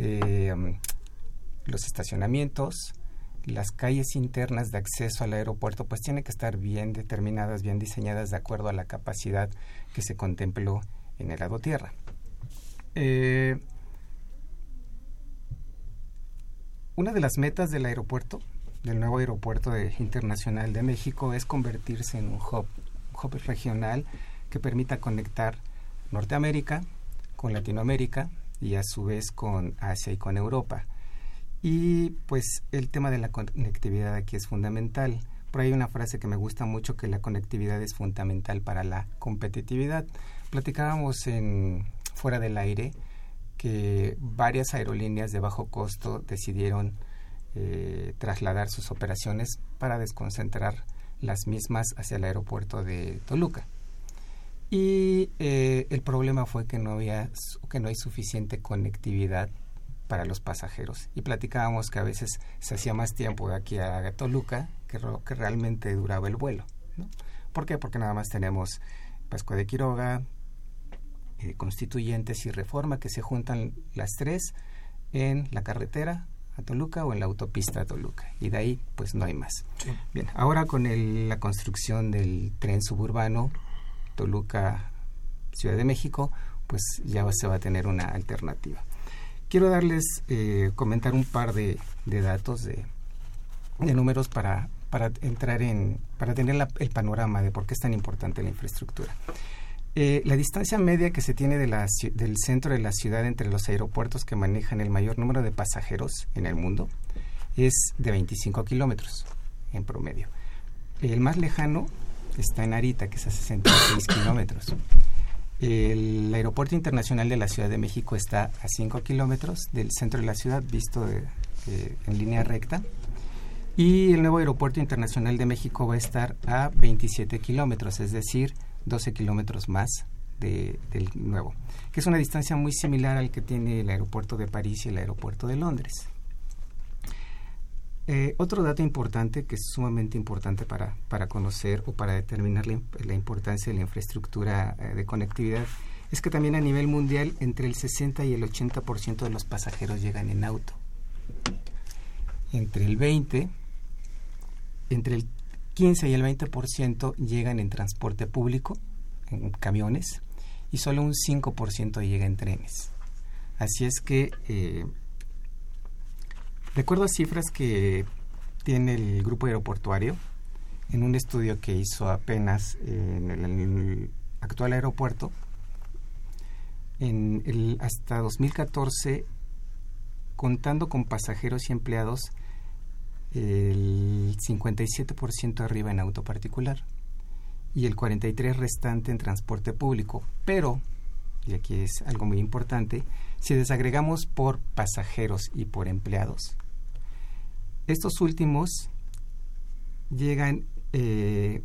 Speaker 5: los estacionamientos, las calles internas de acceso al aeropuerto pues tienen que estar bien determinadas, bien diseñadas de acuerdo a la capacidad que se contempló en el lado tierra. Una de las metas del aeropuerto, del nuevo aeropuerto internacional de México, es convertirse en un hub regional que permita conectar Norteamérica con Latinoamérica y a su vez con Asia y con Europa. Y pues el tema de la conectividad aquí es fundamental. Por ahí hay una frase que me gusta mucho, que la conectividad es fundamental para la competitividad. Platicábamos fuera del aire que varias aerolíneas de bajo costo decidieron trasladar sus operaciones para desconcentrar las mismas hacia el aeropuerto de Toluca. Y el problema fue que no hay suficiente conectividad para los pasajeros. Y platicábamos que a veces se hacía más tiempo de aquí a Toluca que realmente duraba el vuelo, ¿no? ¿Por qué? Porque nada más tenemos Pascua de Quiroga, Constituyentes y Reforma, que se juntan las tres en la carretera a Toluca o en la autopista a Toluca, y de ahí pues no hay más. Sí. Bien, ahora con la construcción del tren suburbano Toluca Ciudad de México, pues ya se va a tener una alternativa. Quiero comentar un par de datos, de números para tener el panorama de por qué es tan importante la infraestructura. La distancia media que se tiene del centro de la ciudad entre los aeropuertos que manejan el mayor número de pasajeros en el mundo es de 25 kilómetros en promedio. El más lejano está en Narita, que es a 66 kilómetros. El Aeropuerto Internacional de la Ciudad de México está a 5 kilómetros del centro de la ciudad, visto en línea recta. Y el nuevo Aeropuerto Internacional de México va a estar a 27 kilómetros, es decir, 12 kilómetros más del nuevo, que es una distancia muy similar al que tiene el aeropuerto de París y el aeropuerto de Londres. Otro dato importante, que es sumamente importante para conocer o para determinar la importancia de la infraestructura de conectividad, es que también a nivel mundial entre el 60 y el 80% de los pasajeros llegan en auto. Entre el 15 y el 20% llegan en transporte público, en camiones, y solo un 5% llega en trenes. Así es que, de acuerdo a cifras que tiene el grupo aeroportuario, en un estudio que hizo apenas en el actual aeropuerto, hasta 2014, contando con pasajeros y empleados, el 57% arriba en auto particular y el 43% restante en transporte público. Pero, y aquí es algo muy importante, si desagregamos por pasajeros y por empleados, estos últimos llegan, el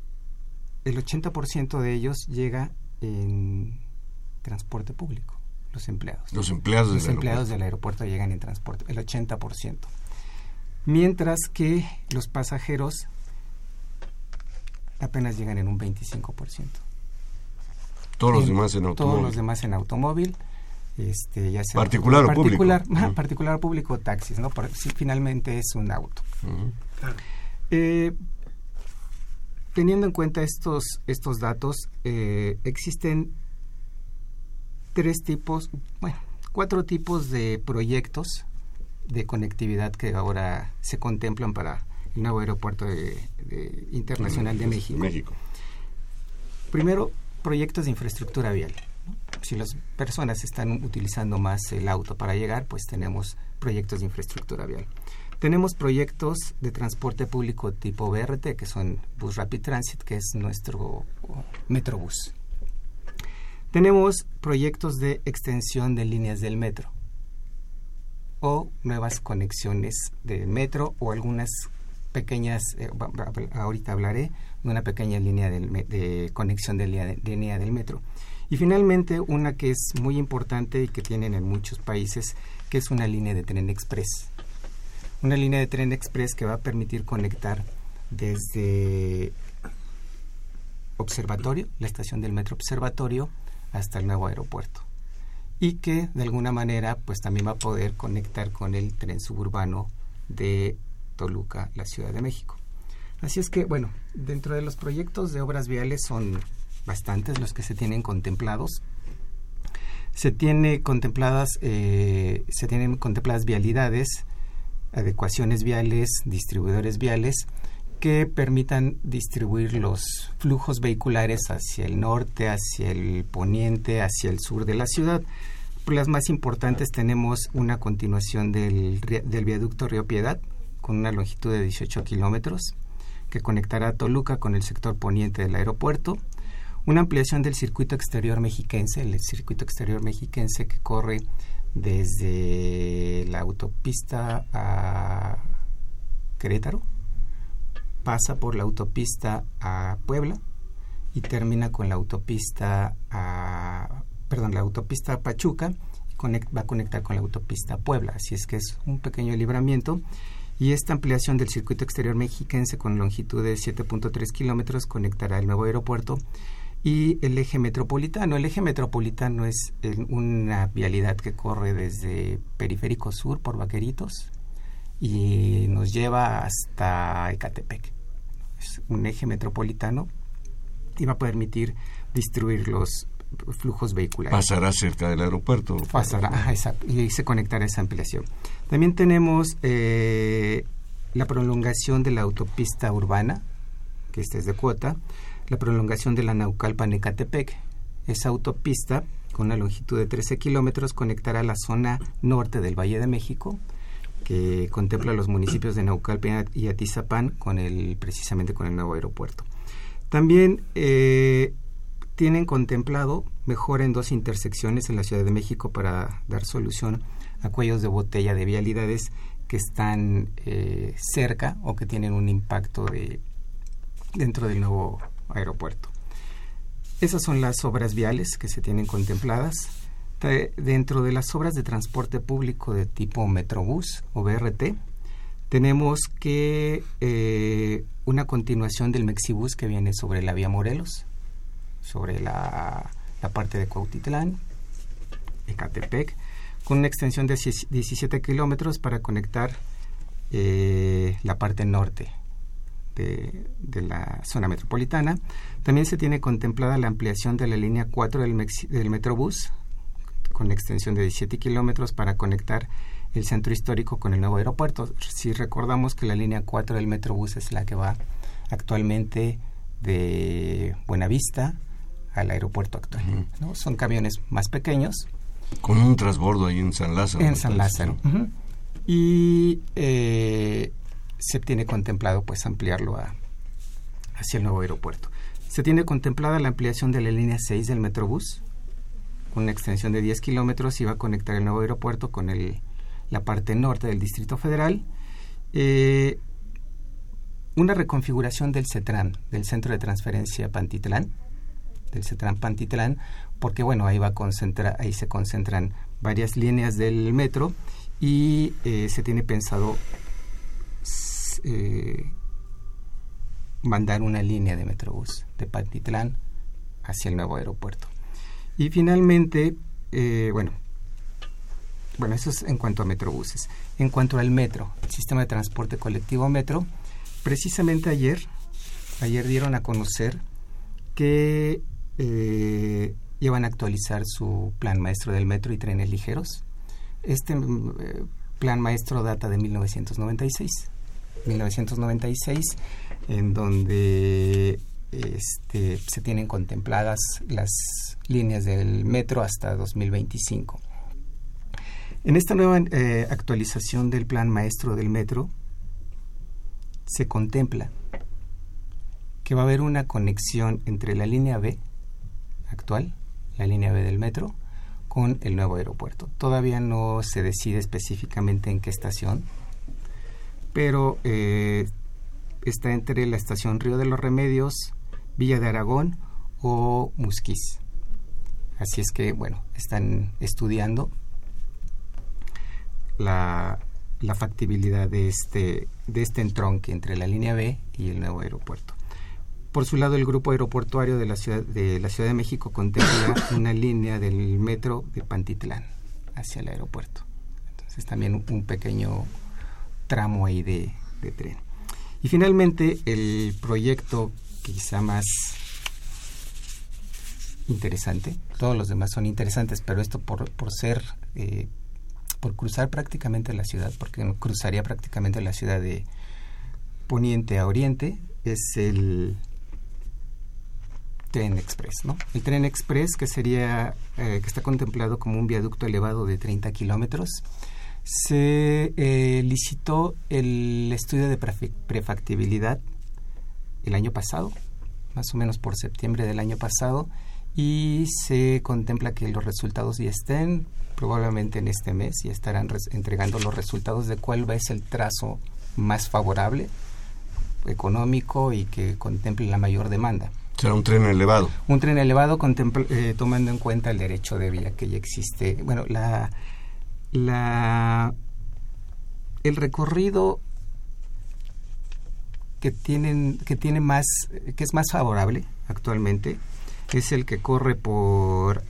Speaker 5: 80% de ellos llega en transporte público, los empleados.
Speaker 3: Los empleados
Speaker 5: del aeropuerto llegan en transporte, el 80%. Mientras que los pasajeros apenas llegan en un 25%.
Speaker 3: Todos los demás en automóvil.
Speaker 5: Todos los demás en automóvil, ya sea
Speaker 3: particular o público.
Speaker 5: Particular o público o taxis, ¿no? Finalmente es un auto.
Speaker 3: Claro.
Speaker 5: Teniendo en cuenta estos datos, existen 4 tipos de proyectos de conectividad que ahora se contemplan para el nuevo aeropuerto internacional de México. Primero, proyectos de infraestructura vial, ¿no? si las personas están utilizando más el auto para llegar, pues tenemos proyectos de infraestructura vial. Tenemos proyectos de transporte público tipo BRT, que son Bus Rapid Transit, que es nuestro Metrobús. Tenemos proyectos de extensión de líneas del metro o nuevas conexiones de metro o algunas pequeñas, ahorita hablaré de una pequeña línea de conexión de línea del metro. Y finalmente una que es muy importante y que tienen en muchos países, que es una línea de tren express. Una línea de tren express que va a permitir conectar desde Observatorio, la estación del metro Observatorio, hasta el nuevo aeropuerto. Y que de alguna manera pues también va a poder conectar con el tren suburbano de Toluca, la Ciudad de México. Así es que, bueno, dentro de los proyectos de obras viales son bastantes los que se tienen contemplados. Se tienen contempladas vialidades, adecuaciones viales, distribuidores viales que permitan distribuir los flujos vehiculares hacia el norte, hacia el poniente, hacia el sur de la ciudad. Por las más importantes tenemos una continuación del viaducto Río Piedad con una longitud de 18 kilómetros que conectará a Toluca con el sector poniente del aeropuerto. Una ampliación del circuito exterior mexiquense, el circuito exterior mexiquense que corre desde la autopista a Querétaro, pasa por la autopista a Puebla y termina con la autopista a Pachuca y va a conectar con la autopista a Puebla. Así es que es un pequeño libramiento. Y esta ampliación del circuito exterior mexiquense con longitud de 7.3 kilómetros conectará el nuevo aeropuerto y el eje metropolitano. El eje metropolitano es una vialidad que corre desde Periférico Sur por Vaqueritos y nos lleva hasta Ecatepec. Es un eje metropolitano y va a permitir distribuir los flujos vehiculares.
Speaker 3: Pasará cerca del aeropuerto.
Speaker 5: Pasará, exacto, y ahí se conectará esa ampliación. También tenemos la prolongación de la autopista urbana, que esta es de cuota, la prolongación de la Naucalpan-Ecatepec. Esa autopista, con una longitud de 13 kilómetros, conectará la zona norte del Valle de México, que contempla los municipios de Naucalpan y Atizapán, precisamente con el nuevo aeropuerto. También tienen contemplado mejora en 2 intersecciones en la Ciudad de México para dar solución a cuellos de botella de vialidades que están cerca o que tienen un impacto dentro del nuevo aeropuerto. Esas son las obras viales que se tienen contempladas. Dentro de las obras de transporte público de tipo Metrobús o BRT, tenemos que una continuación del Mexibús que viene sobre la vía Morelos, sobre la parte de Cuautitlán, Ecatepec, con una extensión de 17 kilómetros para conectar la parte norte de la zona metropolitana. También se tiene contemplada la ampliación de la línea 4 del Metrobús, con extensión de 17 kilómetros para conectar el centro histórico con el nuevo aeropuerto. Si recordamos que la línea 4 del Metrobús es la que va actualmente de Buenavista al aeropuerto actual, ¿no? Son camiones más pequeños.
Speaker 3: Con un transbordo ahí en San Lázaro.
Speaker 5: En San Lázaro. Uh-huh. Y se tiene contemplado pues ampliarlo hacia el nuevo aeropuerto. Se tiene contemplada la ampliación de la línea 6 del Metrobús, con una extensión de 10 kilómetros y va a conectar el nuevo aeropuerto con la parte norte del Distrito Federal. Una reconfiguración del CETRAN, del Centro de Transferencia Pantitlán, del CETRAN Pantitlán, porque bueno, ahí se concentran varias líneas del metro y se tiene pensado mandar una línea de Metrobús de Pantitlán hacia el nuevo aeropuerto. Y finalmente, bueno, eso es en cuanto a Metrobuses. En cuanto al metro, el sistema de transporte colectivo metro, precisamente ayer dieron a conocer que iban a actualizar su plan maestro del metro y trenes ligeros. Este plan maestro data de 1996, en donde se tienen contempladas las líneas del metro hasta 2025. En esta nueva actualización del Plan Maestro del Metro se contempla que va a haber una conexión entre la línea B actual, la línea B del metro, con el nuevo aeropuerto. Todavía no se decide específicamente en qué estación, pero está entre la estación Río de los Remedios, Villa de Aragón o Musquís. Así es que, bueno, están estudiando la factibilidad de este entronque entre la línea B y el nuevo aeropuerto. Por su lado, el grupo aeroportuario de la Ciudad de México contempla una línea del metro de Pantitlán hacia el aeropuerto. Entonces, también un pequeño tramo ahí de tren. Y finalmente, el proyecto quizá más interesante, todos los demás son interesantes, pero esto por cruzar prácticamente la ciudad, porque cruzaría prácticamente la ciudad de poniente a oriente, es el Tren Express, ¿no? El Tren Express, que está contemplado como un viaducto elevado de 30 kilómetros. Se licitó el estudio de prefactibilidad el año pasado, más o menos por septiembre del año pasado, y se contempla que los resultados ya estén probablemente en este mes, y estarán entregando los resultados de cuál es el trazo más favorable, económico y que contemple la mayor demanda.
Speaker 3: ¿Será un tren elevado?
Speaker 5: Un tren elevado tomando en cuenta el derecho de vía que ya existe. Bueno, el recorrido que es más favorable actualmente es el que corre por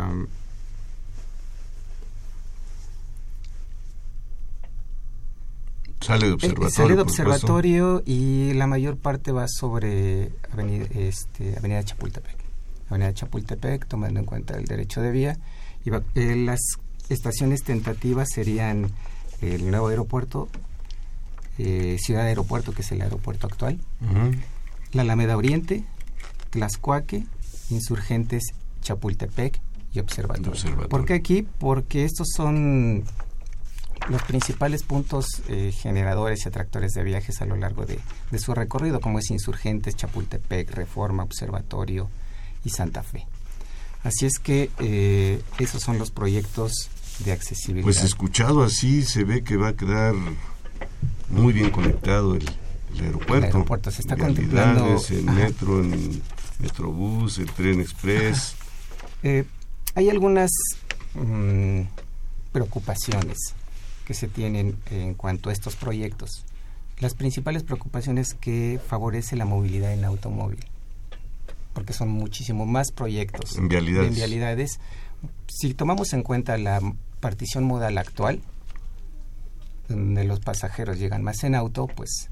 Speaker 3: sale de observatorio.
Speaker 5: Sale de observatorio y la mayor parte va sobre Avenida Chapultepec. Avenida Chapultepec, tomando en cuenta el derecho de vía. Y las estaciones tentativas serían el nuevo aeropuerto, Ciudad Aeropuerto, que es el aeropuerto actual, la Alameda Oriente, Tlaxcuaque, Insurgentes, Chapultepec y Observatorio. ¿Por qué aquí? Porque estos son los principales puntos generadores y atractores de viajes a lo largo de su recorrido, como es Insurgentes, Chapultepec, Reforma, Observatorio y Santa Fe. Así es que esos son los proyectos de accesibilidad.
Speaker 3: Pues escuchado así, se ve que va a quedar muy bien conectado el aeropuerto. El
Speaker 5: aeropuerto se está contemplando.
Speaker 3: El metro, el Metrobús, el Tren Express.
Speaker 5: Hay algunas preocupaciones que se tienen en cuanto a estos proyectos. Las principales preocupaciones que favorece la movilidad en automóvil, porque son muchísimo más proyectos
Speaker 3: en
Speaker 5: vialidades. Si tomamos en cuenta la partición modal actual, donde los pasajeros llegan más en auto, pues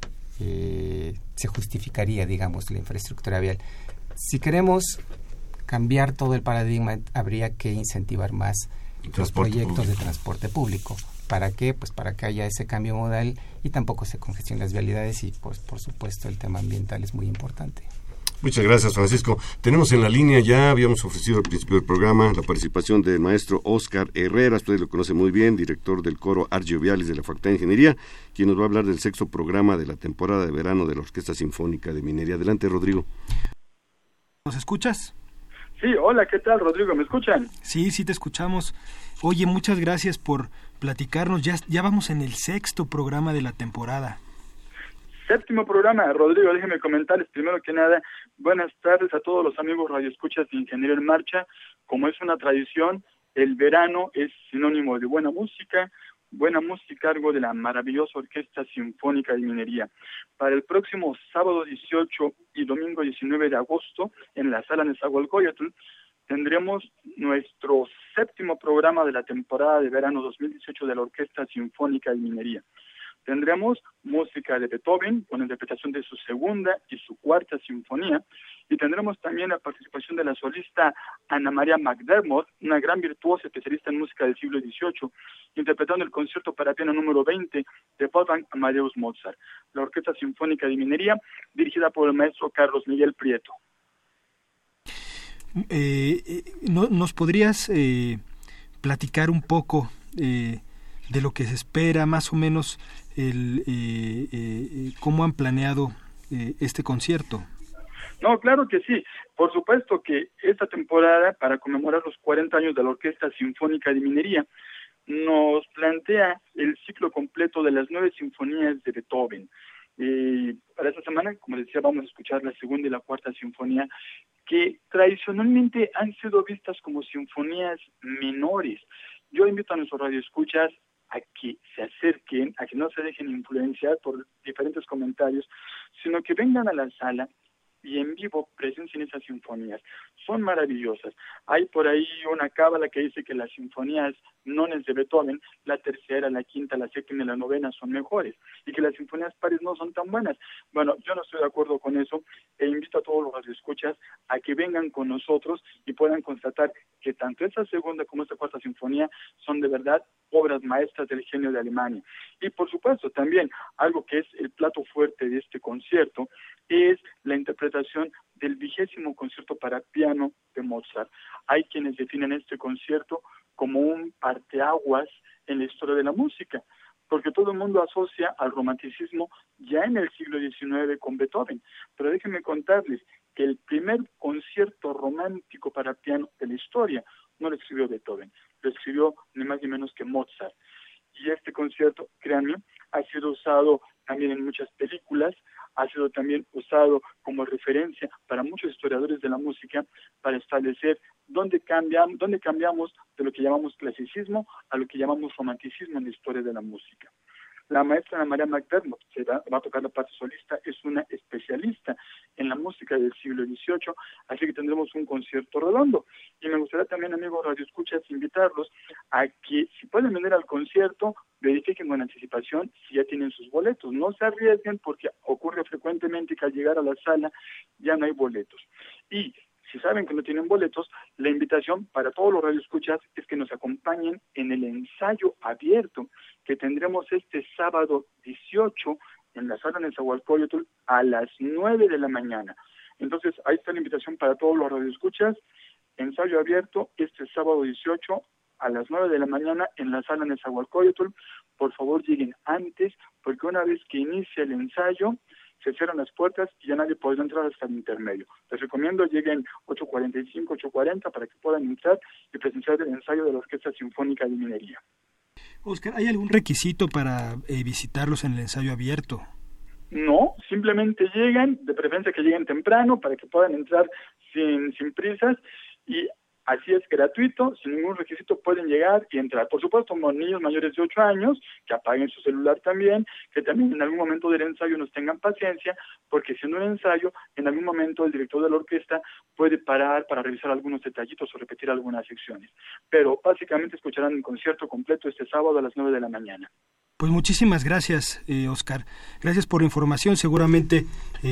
Speaker 5: se justificaría, digamos, la infraestructura vial. Si queremos cambiar todo el paradigma, habría que incentivar más los proyectos de transporte público. ¿Para qué? Pues para que haya ese cambio modal y tampoco se congestionen las vialidades y, pues, por supuesto, el tema ambiental es muy importante.
Speaker 3: Muchas gracias, Francisco. Tenemos en la línea, ya habíamos ofrecido al principio del programa, la participación del maestro Óscar Herrera, usted lo conoce muy bien, director del coro Argio Viales de la Facultad de Ingeniería, quien nos va a hablar del sexto programa de la temporada de verano de la Orquesta Sinfónica de Minería. Adelante, Rodrigo.
Speaker 4: ¿Nos escuchas?
Speaker 8: Sí, hola, ¿qué tal, Rodrigo? ¿Me escuchan?
Speaker 4: Sí, te escuchamos. Oye, muchas gracias por platicarnos. Ya vamos en el sexto programa de la temporada.
Speaker 8: Séptimo programa, Rodrigo, déjeme comentarles primero que nada, buenas tardes a todos los amigos radioescuchas de Ingeniería en Marcha. Como es una tradición, el verano es sinónimo de buena música a cargo de la maravillosa Orquesta Sinfónica de Minería. Para el próximo sábado 18 y domingo 19 de agosto, en la Sala Nezahualcóyotl, tendremos nuestro séptimo programa de la temporada de verano 2018 de la Orquesta Sinfónica de Minería. Tendremos música de Beethoven, con interpretación de su segunda y su cuarta sinfonía, y tendremos también la participación de la solista Anna Maria McDermott, una gran virtuosa especialista en música del siglo XVIII, interpretando el concierto para piano número 20 de Wolfgang Amadeus Mozart, la Orquesta Sinfónica de Minería, dirigida por el maestro Carlos Miguel Prieto.
Speaker 4: ¿Nos podrías platicar un poco de lo que se espera, más o menos, cómo han planeado este concierto?
Speaker 8: No, claro que sí. Por supuesto que esta temporada, para conmemorar los 40 años de la Orquesta Sinfónica de Minería, nos plantea el ciclo completo de las 9 sinfonías de Beethoven. Para esta semana, como decía, vamos a escuchar la segunda y la cuarta sinfonía, que tradicionalmente han sido vistas como sinfonías menores. Yo invito a nuestros radioescuchas a que se acerquen, a que no se dejen influenciar por diferentes comentarios, sino que vengan a la sala y en vivo presencien esas sinfonías. Son maravillosas. Hay por ahí una cábala que dice que las sinfonías nones de Beethoven, la tercera, la quinta, la séptima y la novena son mejores, y que las sinfonías pares no son tan buenas. Bueno, yo no estoy de acuerdo con eso, e invito a todos los radioescuchas a que vengan con nosotros y puedan constatar que tanto esta segunda como esta cuarta sinfonía son de verdad obras maestras del genio de Alemania. Y por supuesto también algo que es el plato fuerte de este concierto es la interpretación del 20º concierto para piano de Mozart. Hay quienes definen este concierto como un parteaguas en la historia de la música, porque todo el mundo asocia al romanticismo ya en el siglo XIX con Beethoven, pero déjenme contarles que el primer concierto romántico para piano de la historia no lo escribió Beethoven, lo escribió ni más ni menos que Mozart. Y este concierto, créanme, ha sido usado también en muchas películas, ha sido también usado como referencia para muchos historiadores de la música para establecer dónde cambiamos de lo que llamamos clasicismo a lo que llamamos romanticismo en la historia de la música. La maestra Anna Maria McDermott, que va a tocar la parte solista, es una especialista en la música del siglo XVIII, así que tendremos un concierto redondo. Y me gustaría también, amigos radioescuchas, invitarlos a que, si pueden venir al concierto, verifiquen con anticipación si ya tienen sus boletos. No se arriesguen porque ocurre frecuentemente que al llegar a la sala ya no hay boletos. Y si saben que no tienen boletos, la invitación para todos los radioescuchas es que nos acompañen en el ensayo abierto que tendremos este sábado 18 en la sala Nezahualcóyotl a las 9 de la mañana. Entonces, ahí está la invitación para todos los radioescuchas. Ensayo abierto este sábado 18 a las 9 de la mañana en la sala Nezahualcóyotl. Por favor, lleguen antes, porque una vez que inicia el ensayo, se cierran las puertas y ya nadie podrá entrar hasta el intermedio. Les recomiendo lleguen 8:45, 8:40 para que puedan entrar y presenciar el ensayo de la Orquesta Sinfónica de Minería.
Speaker 4: Oscar, ¿hay algún requisito para visitarlos en el ensayo abierto?
Speaker 8: No, simplemente llegan, de preferencia que lleguen temprano para que puedan entrar sin prisas, y así es gratuito, sin ningún requisito pueden llegar y entrar. Por supuesto, como niños mayores de 8 años, que apaguen su celular también, que también en algún momento del ensayo nos tengan paciencia, porque siendo un ensayo, en algún momento el director de la orquesta puede parar para revisar algunos detallitos o repetir algunas secciones. Pero básicamente escucharán el concierto completo este sábado a las 9 de la mañana.
Speaker 4: Pues muchísimas gracias, Oscar. Gracias por la información. Seguramente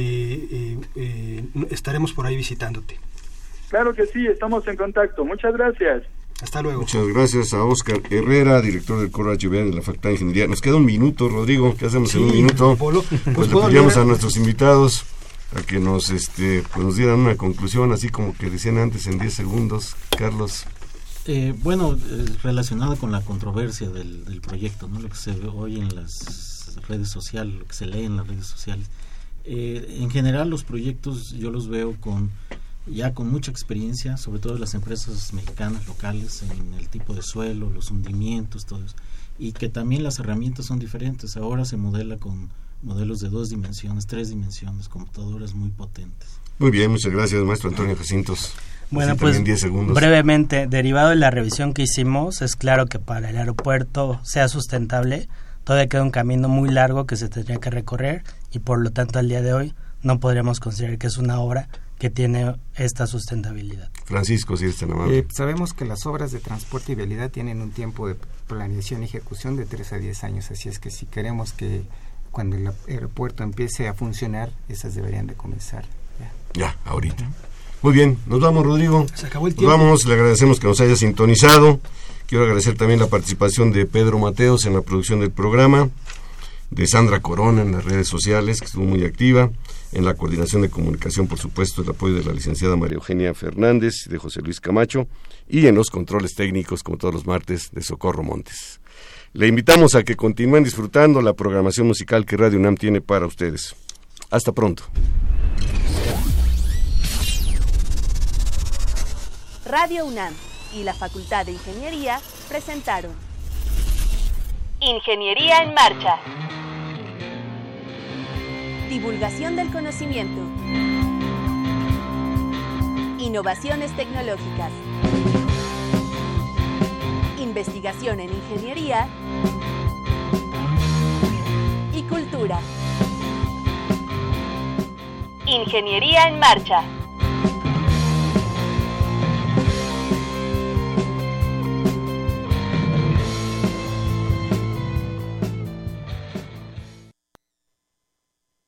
Speaker 4: estaremos por ahí visitándote.
Speaker 8: Claro que sí, estamos en contacto. Muchas gracias.
Speaker 4: Hasta luego.
Speaker 3: Muchas gracias a Oscar Herrera, director del coro HBA de la Facultad de Ingeniería. Nos queda un minuto, Rodrigo. ¿Qué hacemos en un minuto? Pues le pedíamos a nuestros invitados a que nos dieran una conclusión, así como que decían antes, en 10 segundos. Carlos.
Speaker 7: Relacionado con la controversia del proyecto, ¿no? Lo que se ve hoy en las redes sociales, lo que se lee en las redes sociales. En general, los proyectos yo los veo con mucha experiencia, sobre todo las empresas mexicanas locales, en el tipo de suelo, los hundimientos, todo eso, y que también las herramientas son diferentes. Ahora se modela con modelos de 2 dimensiones, 3 dimensiones, computadoras muy potentes.
Speaker 3: Muy bien, muchas gracias, maestro Antonio Jacintos.
Speaker 6: Bueno, pues
Speaker 3: 10 segundos.
Speaker 6: Brevemente, derivado de la revisión que hicimos, es claro que para el aeropuerto sea sustentable, todavía queda un camino muy largo que se tendría que recorrer, y por lo tanto al día de hoy no podríamos considerar que es una obra que tiene esta sustentabilidad.
Speaker 3: Francisco, si es tan amable.
Speaker 5: Sabemos que las obras de transporte y vialidad tienen un tiempo de planeación y ejecución de 3 a 10 años, así es que si queremos que cuando el aeropuerto empiece a funcionar, esas deberían de comenzar
Speaker 3: ya ahorita. Muy bien, nos vamos, Rodrigo.
Speaker 4: Se acabó el tiempo.
Speaker 3: Nos vamos, le agradecemos que nos haya sintonizado. Quiero agradecer también la participación de Pedro Mateos en la producción del programa, de Sandra Corona en las redes sociales, que estuvo muy activa, en la coordinación de comunicación, por supuesto, el apoyo de la licenciada María Eugenia Fernández, de José Luis Camacho, y en los controles técnicos, como todos los martes, de Socorro Montes. Le invitamos a que continúen disfrutando la programación musical que Radio UNAM tiene para ustedes. Hasta pronto.
Speaker 2: Radio UNAM y la Facultad de Ingeniería presentaron Ingeniería en Marcha. Divulgación del conocimiento. Innovaciones tecnológicas. Investigación en ingeniería y cultura. Ingeniería en Marcha.